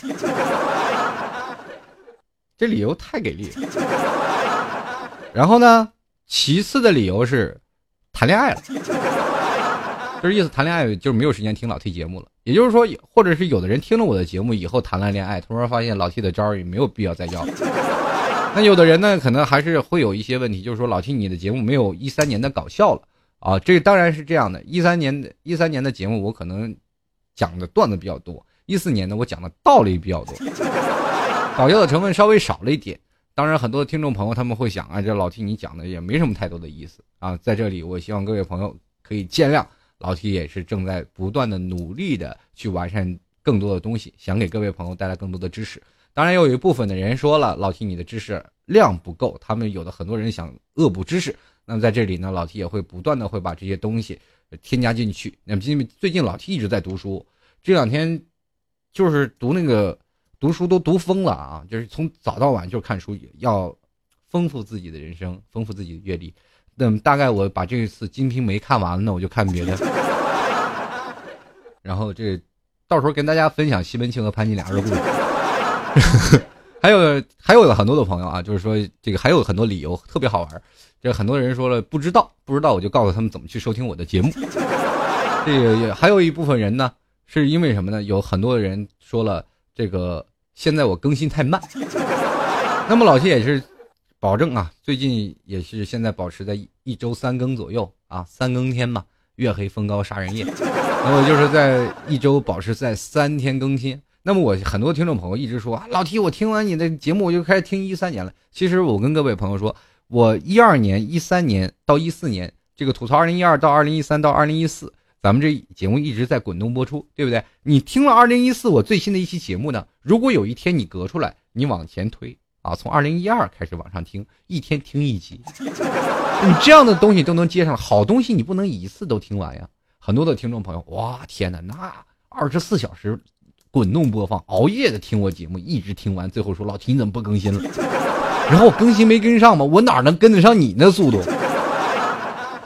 这理由太给力了。然后呢，其次的理由是谈恋爱了，就是意思谈恋爱就是没有时间听老 T 节目了。也就是说，或者是有的人听了我的节目以后谈了恋爱，突然发现老 T 的招也没有必要再要了。那有的人呢，可能还是会有一些问题，就是说老 T 你的节目没有13年的搞笑了啊。这个当然是这样的，13年的节目我可能讲的段子比较多，14年呢我讲的道理比较多，搞笑的成分稍微少了一点。当然很多听众朋友他们会想啊，这老 T 你讲的也没什么太多的意思啊。在这里我希望各位朋友可以见谅，老 T 也是正在不断的努力的去完善更多的东西，想给各位朋友带来更多的知识。当然有一部分的人说了，老 T 你的知识量不够，他们有的很多人想恶补知识。那么在这里呢，老 T 也会不断的会把这些东西添加进去。那么因为最近老 T 一直在读书，这2天就是读书都读疯了啊，就是从早到晚就看书，要丰富自己的人生，丰富自己的阅历。那么大概我把这次《金瓶梅》看完了，我就看别的。然后这到时候跟大家分享西门庆和潘金莲的故事。还有很多的朋友啊，就是说这个还有很多理由特别好玩。这很多人说了不知道，我就告诉他们怎么去收听我的节目。这个也还有一部分人呢，是因为什么呢？有很多人说了，这个现在我更新太慢。那么老 T 也是保证啊，最近也是现在保持在1周3更左右啊，3更天嘛，月黑风高杀人夜。那我就是在1周保持在3天更新。那么我很多听众朋友一直说老 T 我听完你的节目我就开始听13年了。其实我跟各位朋友说，我12年13年到14年这个吐槽2012到2013到2014，咱们这节目一直在滚动播出，对不对？你听了2014我最新的一期节目呢，如果有一天你隔出来，你往前推啊，从2012开始往上听，一天听1集，你这样的东西都能接上，好东西你不能一次都听完呀。很多的听众朋友，哇天哪，那24小时滚动播放，熬夜的听我节目，一直听完，最后说老 T 你怎么不更新了？然后我更新没跟上吗？我哪能跟得上你那速度？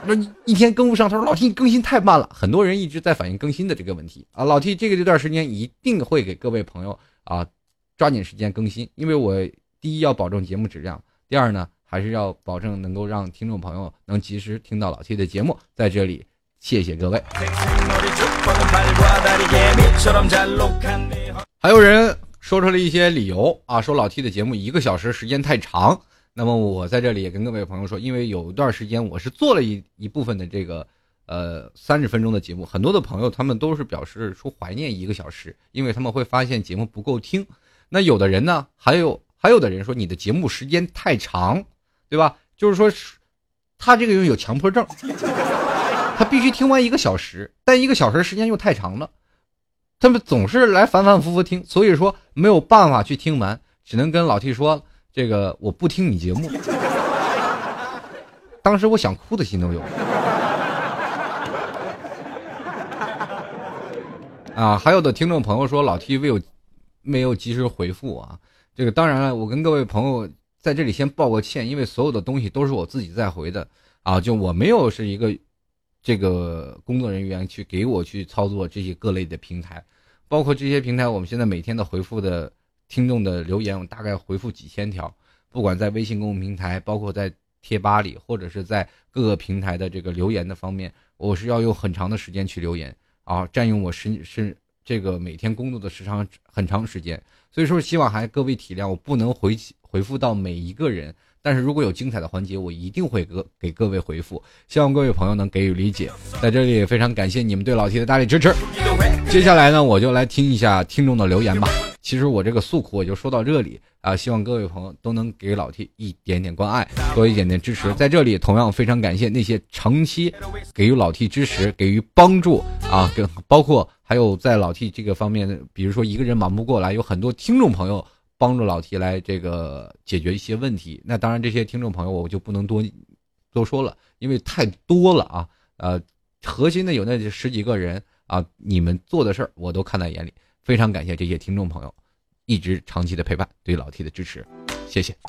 说一天跟不上，他说老 T 你更新太慢了。很多人一直在反映更新的这个问题啊，老 T 这段时间一定会给各位朋友啊抓紧时间更新，因为我第一要保证节目质量，第二呢还是要保证能够让听众朋友能及时听到老 T 的节目。在这里谢谢各位。还有人说出了一些理由啊，说老 T 的节目1个小时时间太长。那么我在这里也跟各位朋友说，因为有一段时间我是做了一部分的这个30分钟的节目，很多的朋友他们都是表示说怀念1个小时，因为他们会发现节目不够听。那有的人呢，还有的人说你的节目时间太长，对吧？就是说他这个人有强迫症，他必须听完1个小时，但1个小时时间又太长了，他们总是来反反复复听，所以说没有办法去听完，只能跟老 T 说这个我不听你节目。当时我想哭的心都有啊。还有的听众朋友说老 T 没有及时回复啊，这个当然了，我跟各位朋友在这里先道个歉，因为所有的东西都是我自己在回的啊，就我没有是一个这个工作人员去给我去操作这些各类的平台，包括这些平台我们现在每天的回复的听众的留言，我大概回复几千条，不管在微信公众平台，包括在贴吧里，或者是在各个平台的这个留言的方面，我是要用很长的时间去留言啊，占用我是这个每天工作的时长很长时间，所以说希望还各位体谅，我不能回复到每一个人，但是如果有精彩的环节，我一定会给各位回复，希望各位朋友能给予理解。在这里也非常感谢你们对老 T 的大力支持。接下来呢，我就来听一下听众的留言吧。其实我这个诉苦我就说到这里啊，希望各位朋友都能给老 T 一点点关爱，多一点点支持。在这里同样非常感谢那些长期给予老 T 支持、给予帮助啊，包括还有在老 T 这个方面，比如说一个人忙不过来，有很多听众朋友帮助老 T 来这个解决一些问题。那当然这些听众朋友我就不能多说了，因为太多了啊。核心的有那10几个人啊，你们做的事儿我都看在眼里。非常感谢这些听众朋友一直长期的陪伴，对老 T 的支持，谢谢。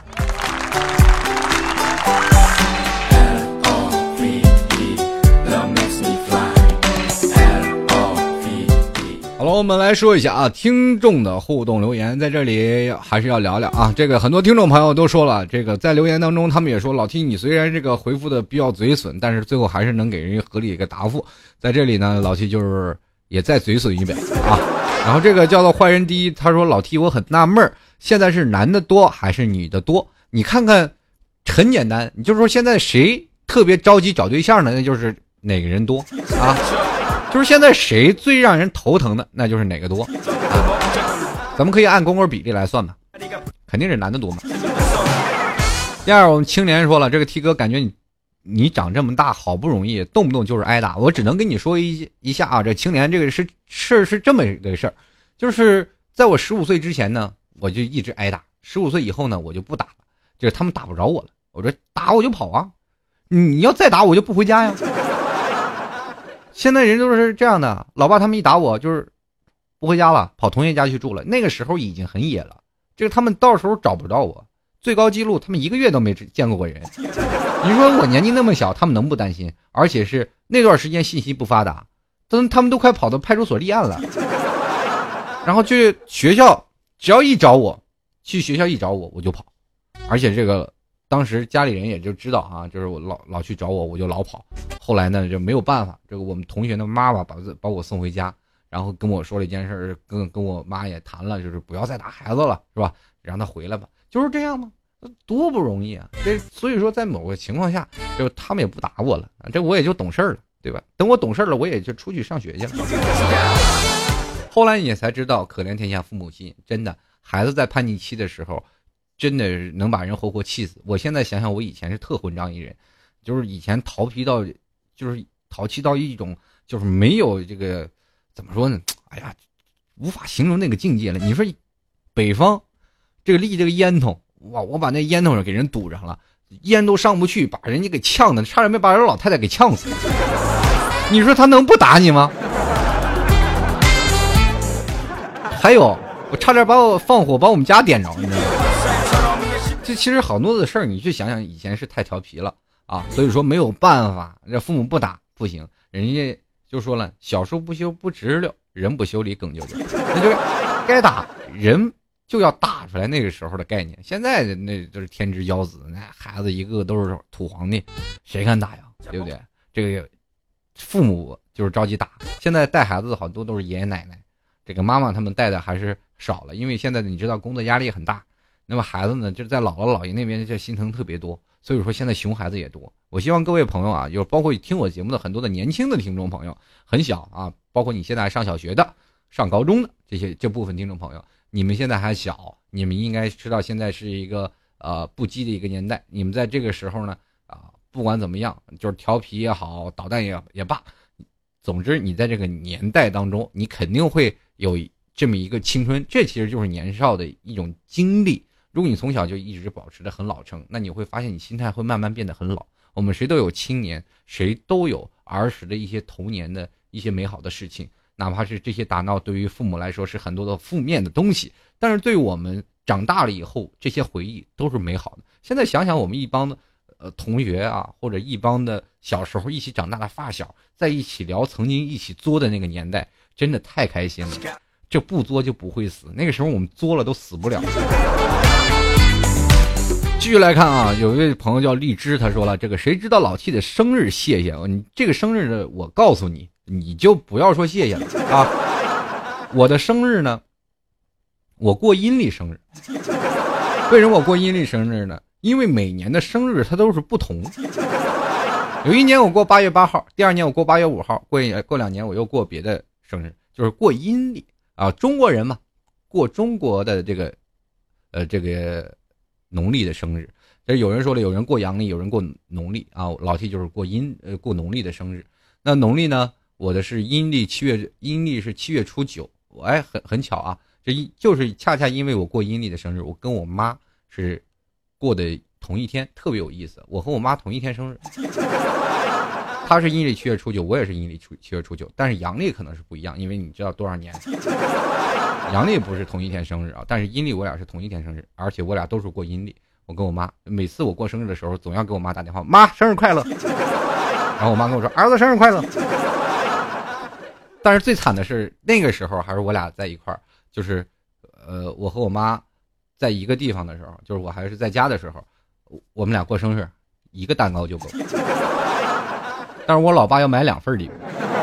好了，我们来说一下啊，听众的互动留言，在这里还是要聊聊啊。这个很多听众朋友都说了，这个在留言当中，他们也说老 T 你虽然这个回复的比较嘴损，但是最后还是能给人合理一个答复。在这里呢，老 T 就是也再嘴损一遍啊。然后这个叫做坏人第一，他说老 T 我很纳闷，现在是男的多还是女的多？你看看，很简单，你就说现在谁特别着急找对象的，那就是哪个人多啊。就是现在谁最让人头疼的，那就是哪个多啊。咱们可以按光棍比例来算吧，肯定是男的多嘛。第二，我们青年说了，这个 T 哥感觉你长这么大好不容易，动不动就是挨打，我只能跟你说一下啊，这青年这个事是这么个事儿，就是在我15岁之前呢，我就一直挨打，15岁以后呢，我就不打了，就是他们打不着我了，我说打我就跑啊，你要再打我就不回家呀。现在人都是这样的，老爸他们一打我就是不回家了，跑同学家去住了，那个时候已经很野了，这个他们到时候找不着我，最高记录他们1个月都没见过人。你说我年纪那么小，他们能不担心？而且是那段时间信息不发达，他们都快跑到派出所立案了。然后去学校，只要一找我，去学校一找我，我就跑。而且这个当时家里人也就知道啊，就是我老去找我，我就老跑。后来呢就没有办法，这个我们同学的妈妈把我送回家，然后跟我说了一件事，跟我妈也谈了，就是不要再打孩子了，是吧？让他回来吧，就是这样吗？多不容易啊！这所以说，在某个情况下，就他们也不打我了，这我也就懂事了，对吧？等我懂事了，我也就出去上学去了。后来你才知道，可怜天下父母心，真的，孩子在叛逆期的时候，真的能把人活活气死。我现在想想，我以前是特混账一人，就是以前淘气到一种，就是没有这个怎么说呢？哎呀，无法形容那个境界了。你说北方这个立这个烟囱。哇！我把那烟头给人堵上了，烟都上不去，把人家给呛的，差点没把人老太太给呛死。你说他能不打你吗？还有，我差点放火把我们家点着，你知道吗？这其实好多的事儿，你去想想，以前是太调皮了啊，所以说没有办法，这父母不打不行，人家就说了，小树不修不直溜，人不修理梗就溜，那就是该打人就要打出来那个时候的概念。现在那就是天之骄子，那孩子一个个都是土皇帝，谁敢打呀？对不对？这个父母就是着急打，现在带孩子好多都是爷爷奶奶，这个妈妈他们带的还是少了，因为现在你知道工作压力很大，那么孩子呢就在姥姥姥爷那边就心疼特别多，所以说现在熊孩子也多。我希望各位朋友啊，就包括听我节目的很多的年轻的听众朋友，很小啊，包括你现在上小学的、上高中的这部分听众朋友，你们现在还小，你们应该知道现在是一个不羁的一个年代，你们在这个时候呢不管怎么样，就是调皮也好，捣蛋也罢，总之你在这个年代当中，你肯定会有这么一个青春，这其实就是年少的一种经历。如果你从小就一直保持得很老成，那你会发现你心态会慢慢变得很老。我们谁都有青年，谁都有儿时的一些童年的一些美好的事情，哪怕是这些打闹对于父母来说是很多的负面的东西，但是对我们长大了以后，这些回忆都是美好的。现在想想我们一帮的同学啊，或者一帮的小时候一起长大的发小，在一起聊曾经一起作的那个年代，真的太开心了。这不作就不会死，那个时候我们作了都死不了。继续来看啊，有一位朋友叫荔枝，他说了，这个谁知道老 T 的生日谢谢你这个生日呢，我告诉你，你就不要说谢谢了啊。我的生日呢，我过阴历生日。为什么我过阴历生日呢？因为每年的生日它都是不同，有一年我过8月8号，第二年我过8月5号，过2年我又过别的生日，就是过阴历啊。中国人嘛，过中国的这个农历的生日。这有人说了，有人过阳历，有人过农历啊。老 T 就是过农历的生日。那农历呢，我的是阴历是7月初9。很巧啊，就是恰恰因为我过阴历的生日，我跟我妈是过的同一天，特别有意思。我和我妈同一天生日，她是阴历7月初9，我也是阴历7月初9，但是阳历可能是不一样，因为你知道多少年，阳历不是同一天生日啊，但是阴历我俩是同一天生日，而且我俩都是过阴历。我跟我妈每次我过生日的时候，总要给我妈打电话，妈生日快乐，然后我妈跟我说儿子生日快乐。但是最惨的是那个时候还是我俩在一块儿，就是我和我妈在一个地方的时候，就是我还是在家的时候，我们俩过生日一个蛋糕就够，但是我老爸要买2份礼物。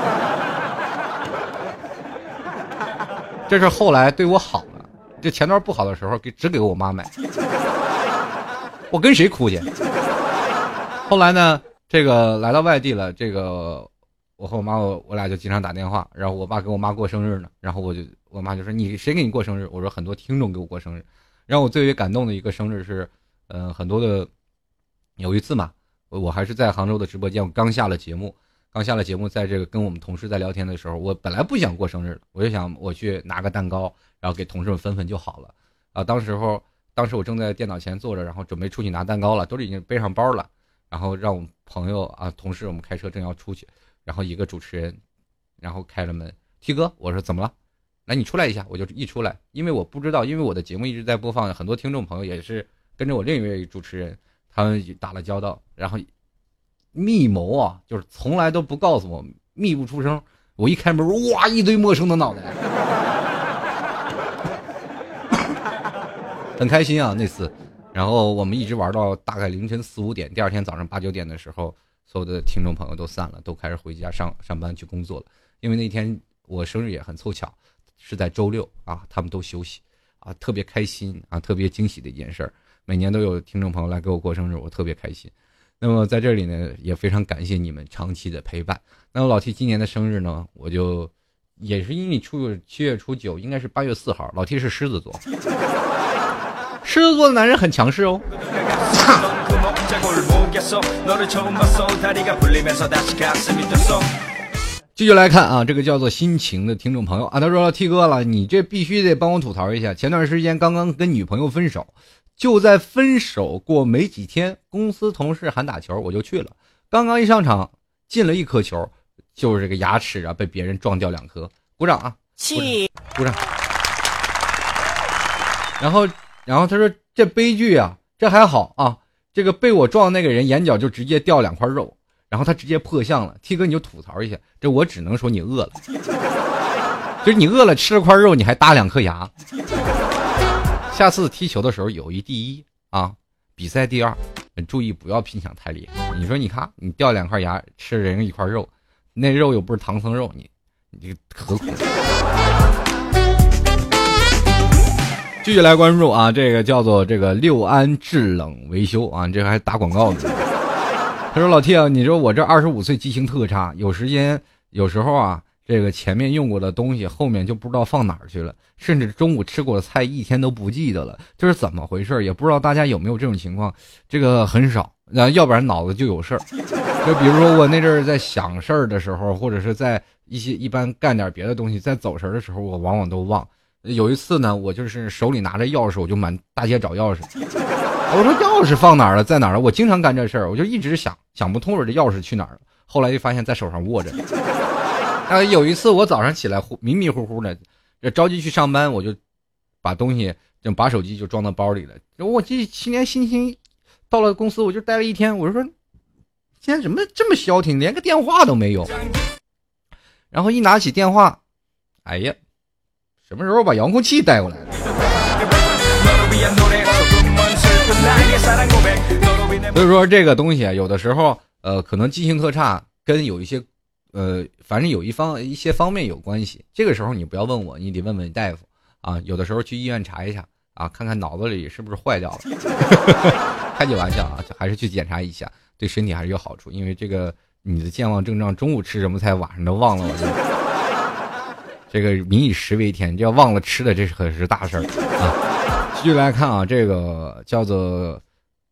这是后来对我好了，这前段不好的时候只给我妈买，我跟谁哭去？后来呢，这个来到外地了，这个我和我妈我俩就经常打电话，然后我爸跟我妈过生日呢，然后我妈就说你谁给你过生日？我说很多听众给我过生日。然后我最为感动的一个生日是，很多的有一次嘛，我还是在杭州的直播间，我刚下了节目，在这个跟我们同事在聊天的时候，我本来不想过生日，我就想我去拿个蛋糕，然后给同事们分分就好了啊。当时我正在电脑前坐着，然后准备出去拿蛋糕了，都已经背上包了，然后让我们朋友啊同事我们开车正要出去，然后一个主持人然后开了门，T 哥，我说怎么了？来你出来一下。我就一出来，因为我不知道，因为我的节目一直在播放，很多听众朋友也是跟着我另一位主持人他们打了交道，然后密谋啊，就是从来都不告诉我，密不出声。我一开门，哇，一堆陌生的脑袋，很开心啊那次。然后我们一直玩到大概凌晨4、5点，第二天早上8、9点的时候，所有的听众朋友都散了，都开始回家上班去工作了。因为那天我生日也很凑巧，是在周6啊，他们都休息啊，特别开心啊，特别惊喜的一件事儿。每年都有听众朋友来给我过生日，我特别开心。那么在这里呢，也非常感谢你们长期的陪伴。那么老 T 今年的生日呢，我就也是阴历7月初9，应该是8月4号。老 T 是狮子座，狮子座的男人很强势哦。继续来看啊，这个叫做心情的听众朋友啊，他说 T 哥了，你这必须得帮我吐槽一下。前段时间刚刚跟女朋友分手，就在分手过没几天，公司同事喊打球，我就去了。刚刚一上场，进了1颗球，就是这个牙齿啊被别人撞掉2颗，鼓掌啊，鼓掌。然后他说这悲剧啊，这还好啊， 这个被我撞的那个人眼角就直接掉2块肉，然后他直接破相了。T 哥你就吐槽一下，这我只能说你饿了，就是你饿了吃了块肉你还搭2颗牙。下次踢球的时候友谊第一啊，比赛第二，注意不要拼抢太厉害。你说你看你掉2块牙吃人1块肉，那肉又不是唐僧肉，你何苦？继续来关注啊，这个叫做这个六安制冷维修啊，这还打广告呢。他说老 T 啊，你说我这25岁记性特差，有时候啊，这个前面用过的东西后面就不知道放哪儿去了，甚至中午吃过的菜一天都不记得了，这是怎么回事？也不知道大家有没有这种情况，这个很少，要不然脑子就有事儿。就比如说我那阵儿在想事儿的时候，或者是在一般干点别的东西，在走神的时候，我往往都忘。有一次呢，我就是手里拿着钥匙，我就满大街找钥匙。我说钥匙放哪儿了，在哪儿了？我经常干这事儿，我就一直想不通我这钥匙去哪儿了。后来就发现在手上握着。有一次我早上起来迷迷糊糊的，着急去上班，我就把东西就把手机就装到包里了。我今年心情到了公司，我就待了一天，我就说今天怎么这么消停，连个电话都没有。然后一拿起电话，哎呀，什么时候把遥控器带过来的？所以说这个东西啊，有的时候可能记性特差，跟有一些反正有一些方面有关系。这个时候你不要问我，你得问问大夫啊。有的时候去医院查一下啊，看看脑子里是不是坏掉了。开句玩笑啊，还是去检查一下，对身体还是有好处。因为这个你的健忘症状，中午吃什么菜，晚上都忘了，我就。这个民以食为天，这要忘了吃的，这可是大事儿啊！继续来看啊，这个叫做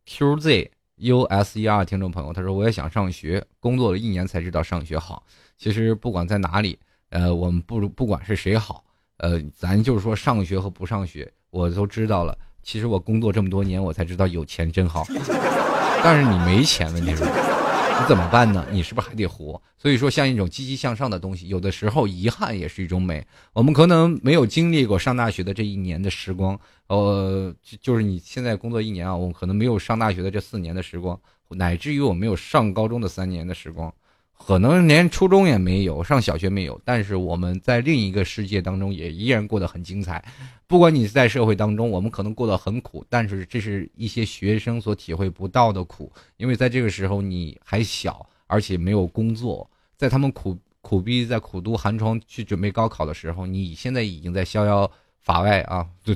QZUSER 听众朋友，他说我也想上学，工作了1年才知道上学好。其实不管在哪里，我们不管是谁好，咱就是说上学和不上学，我都知道了。其实我工作这么多年，我才知道有钱真好。但是你没钱，问题是。你怎么办呢？你是不是还得活？所以说像一种积极向上的东西，有的时候遗憾也是一种美。我们可能没有经历过上大学的这1年的时光，就是你现在工作1年啊，我们可能没有上大学的这4年的时光，乃至于我没有上高中的3年的时光，可能连初中也没有，上小学没有，但是我们在另一个世界当中也依然过得很精彩。不管你在社会当中，我们可能过得很苦，但是这是一些学生所体会不到的苦，因为在这个时候你还小，而且没有工作，在他们苦逼在苦读寒窗去准备高考的时候，你现在已经在逍遥法外啊！对，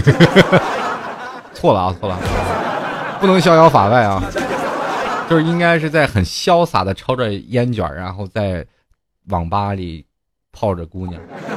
错了，不能逍遥法外啊！就是应该是在很潇洒的抽着烟卷，然后在网吧里泡着姑娘。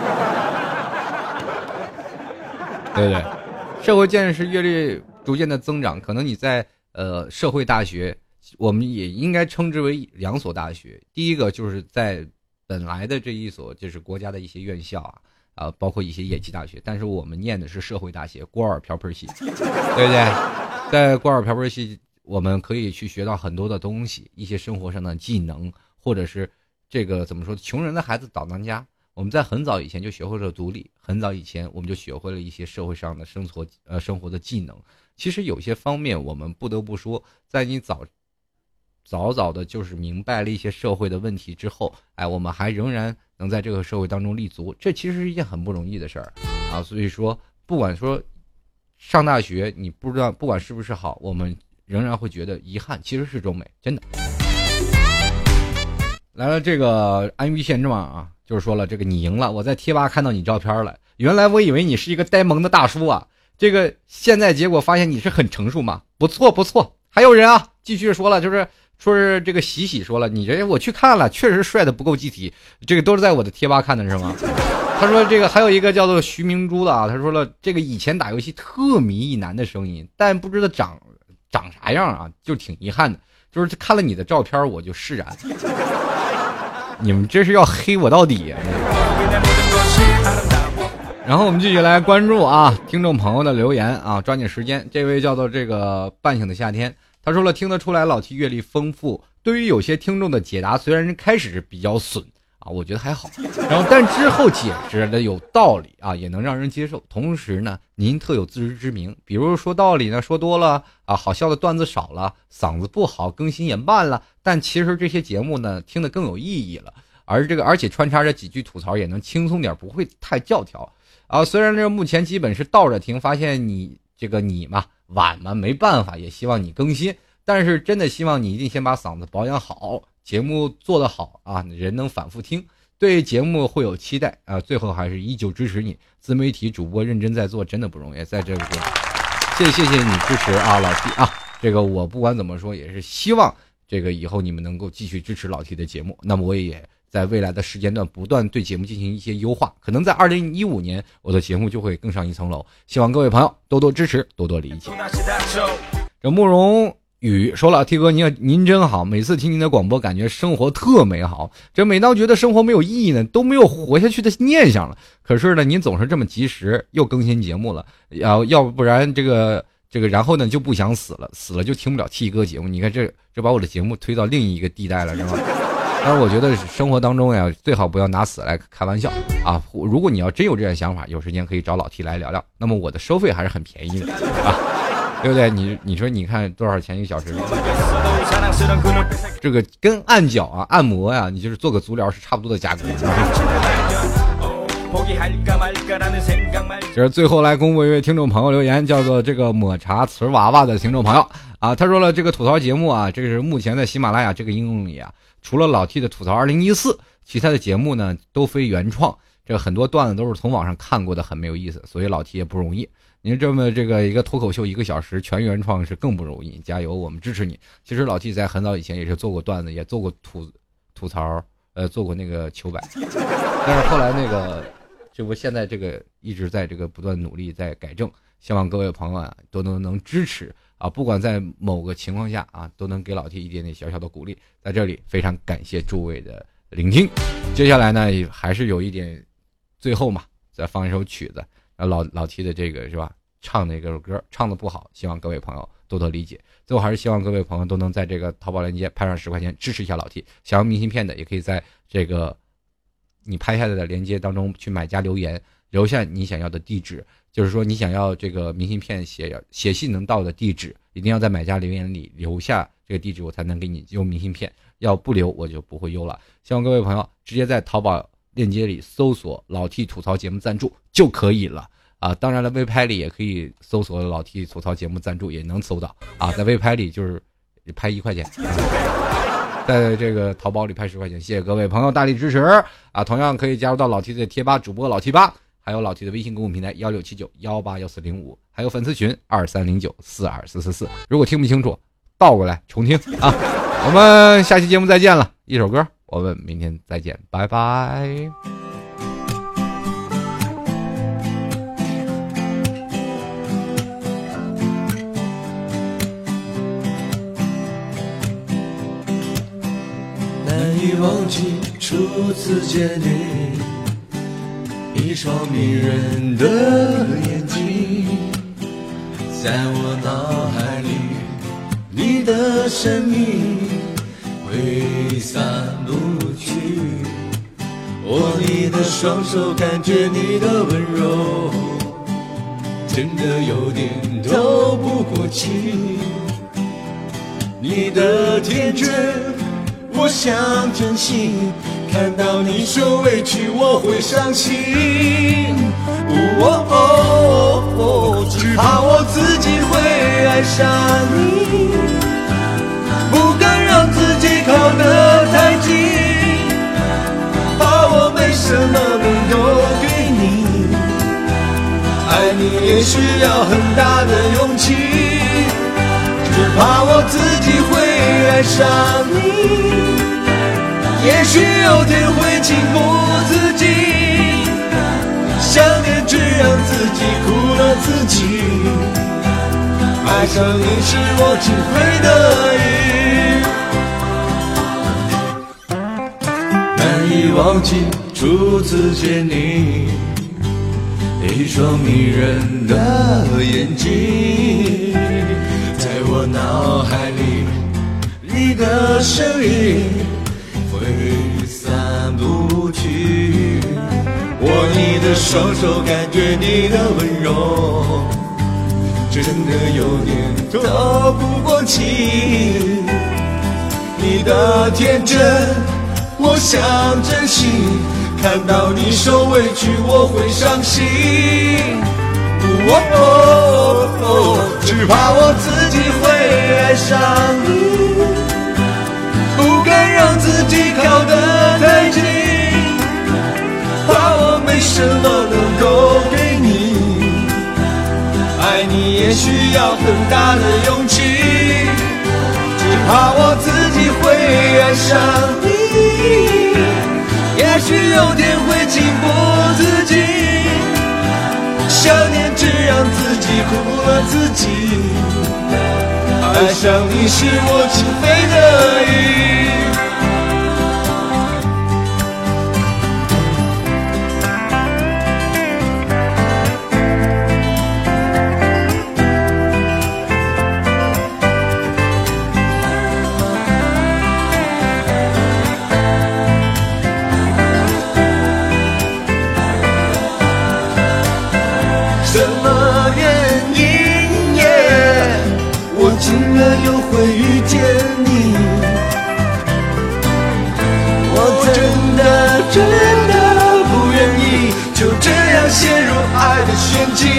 对对，社会见识阅历逐渐的增长，可能你在社会大学，我们也应该称之为2所大学。第一个就是在本来的这一所就是国家的一些院校包括一些野鸡大学，但是我们念的是社会大学锅碗瓢盆系，对不对？在锅碗瓢盆系，我们可以去学到很多的东西，一些生活上的技能，或者是这个怎么说，穷人的孩子早当家。我们在很早以前就学会了独立，很早以前我们就学会了一些社会上的生活的技能。其实有些方面我们不得不说，在你早的就是明白了一些社会的问题之后，我们还仍然能在这个社会当中立足，这其实是一件很不容易的事儿啊。所以说不管说上大学你不知道不管是不是好，我们仍然会觉得遗憾其实是种美，真的。来了这个安于现状啊，就是说了这个你赢了，我在贴吧看到你照片了，原来我以为你是一个呆萌的大叔啊，这个现在结果发现你是很成熟嘛，不错。还有人啊继续说了，说是这个喜说了，你这我去看了，确实帅的不够具体，这个都是在我的贴吧看的是吗？他说这个还有一个叫做徐明珠的啊，他说了这个以前打游戏特迷一男的声音，但不知道长啥样啊，就挺遗憾的，就是看了你的照片我就释然。你们这是要黑我到底然后我们继续来关注啊听众朋友的留言啊，抓紧时间。这位叫做这个半醒的夏天，他说了，听得出来老 T 阅历丰富，对于有些听众的解答虽然开始比较损啊，我觉得还好。然后但之后解释的有道理啊，也能让人接受。同时呢，您特有自知之明，比如说道理呢说多了啊，好笑的段子少了，嗓子不好，更新也慢了，但其实这些节目呢听得更有意义了。而且穿插着几句吐槽也能轻松点，不会太教条啊。虽然这目前基本是倒着听，发现你嘛晚嘛没办法，也希望你更新，但是真的希望你一定先把嗓子保养好，节目做得好啊，人能反复听，对节目会有期待啊。最后还是依旧支持你，自媒体主播认真在做，真的不容易，在这个谢谢你支持啊，老 T 啊，这个我不管怎么说也是希望这个以后你们能够继续支持老 T 的节目，那么我也在未来的时间段不断对节目进行一些优化，可能在2015年我的节目就会更上一层楼，希望各位朋友多多支持，多多理解。这慕容宇说了， T 哥您真好，每次听您的广播感觉生活特美好，这每当觉得生活没有意义呢，都没有活下去的念想了，可是呢您总是这么及时又更新节目了，要不然这个然后呢就不想死了就听不了 T 哥节目，你看这把我的节目推到另一个地带了，是吧？但是我觉得生活当中呀，最好不要拿死来开玩笑啊！如果你要真有这样想法，有时间可以找老 T 来聊聊。那么我的收费还是很便宜的啊，对不对？你说你看多少钱1个小时？这个跟按脚啊、按摩呀，你就是做个足疗是差不多的价格。这是最后来公布一位听众朋友留言，叫做这个抹茶瓷娃娃的听众朋友啊，他说了，这个吐槽节目啊，这个是目前在喜马拉雅这个应用里啊，除了老 T 的吐槽2014，其他的节目呢都非原创，这很多段子都是从网上看过的，很没有意思，所以老 T 也不容易。您这么这个一个脱口秀1个小时全原创是更不容易，加油，我们支持你。其实老 T 在很早以前也是做过段子，也做过吐槽，做过那个糗百，但是后来那个这不现在这个一直在这个不断努力在改正，希望各位朋友啊都能支持啊，不管在某个情况下啊，都能给老 T 一点点小小的鼓励。在这里非常感谢诸位的聆听。接下来呢，还是有一点，最后嘛，再放一首曲子，老 T 的这个是吧？唱那个歌唱的不好，希望各位朋友多多理解。最后还是希望各位朋友都能在这个淘宝链接拍上10块钱支持一下老 T。想要明信片的，也可以在这个你拍下来的链接当中去买加留言，留下你想要的地址，就是说你想要这个明信片写信能到的地址，一定要在买家留言里留下这个地址，我才能给你邮明信片，要不留我就不会邮了。希望各位朋友直接在淘宝链接里搜索老 T 吐槽节目赞助就可以了啊！当然了，微拍里也可以搜索老 T 吐槽节目赞助，也能搜到啊。在微拍里就是拍1块钱，在这个淘宝里拍10块钱，谢谢各位朋友大力支持啊！同样可以加入到老 T 的贴吧主播老 T 吧，还有老 T 的微信公众平台1679181405，还有粉丝群2309424444。如果听不清楚，倒过来重听啊！我们下期节目再见了，一首歌，我们明天再见，拜拜。 难以忘记初次见你，一双迷人的眼睛，在我脑海里，你的身影挥散不去。握你的双手，感觉你的温柔，真的有点透不过气。你的天真我想珍惜，看到你受委屈我会伤心。只怕我自己会爱上你，不敢让自己靠得太近，怕我没什么能够给你，爱你也需要很大的勇气，只怕我自己会爱上你，也许有天会情不自禁，想念只让自己苦了自己，爱上你是我吃亏的瘾。难以忘记初次见你，一双迷人的眼睛，在我脑海里，你的身影挥散不去。握你的双手，感觉你的温柔，真的有点透不过气。你的天真我想珍惜，看到你受委屈我会伤心。只怕我自己会爱上你，不敢让自己靠得太近，怕我没什么能够给你，爱你也需要很大的勇气。只怕我自己会爱上你，也许有天会情不自禁，想念只让自己苦了自己，爱上你是我情非得已。什么原因我竟然又会遇见你，我真的不愿意就这样陷入爱的陷阱。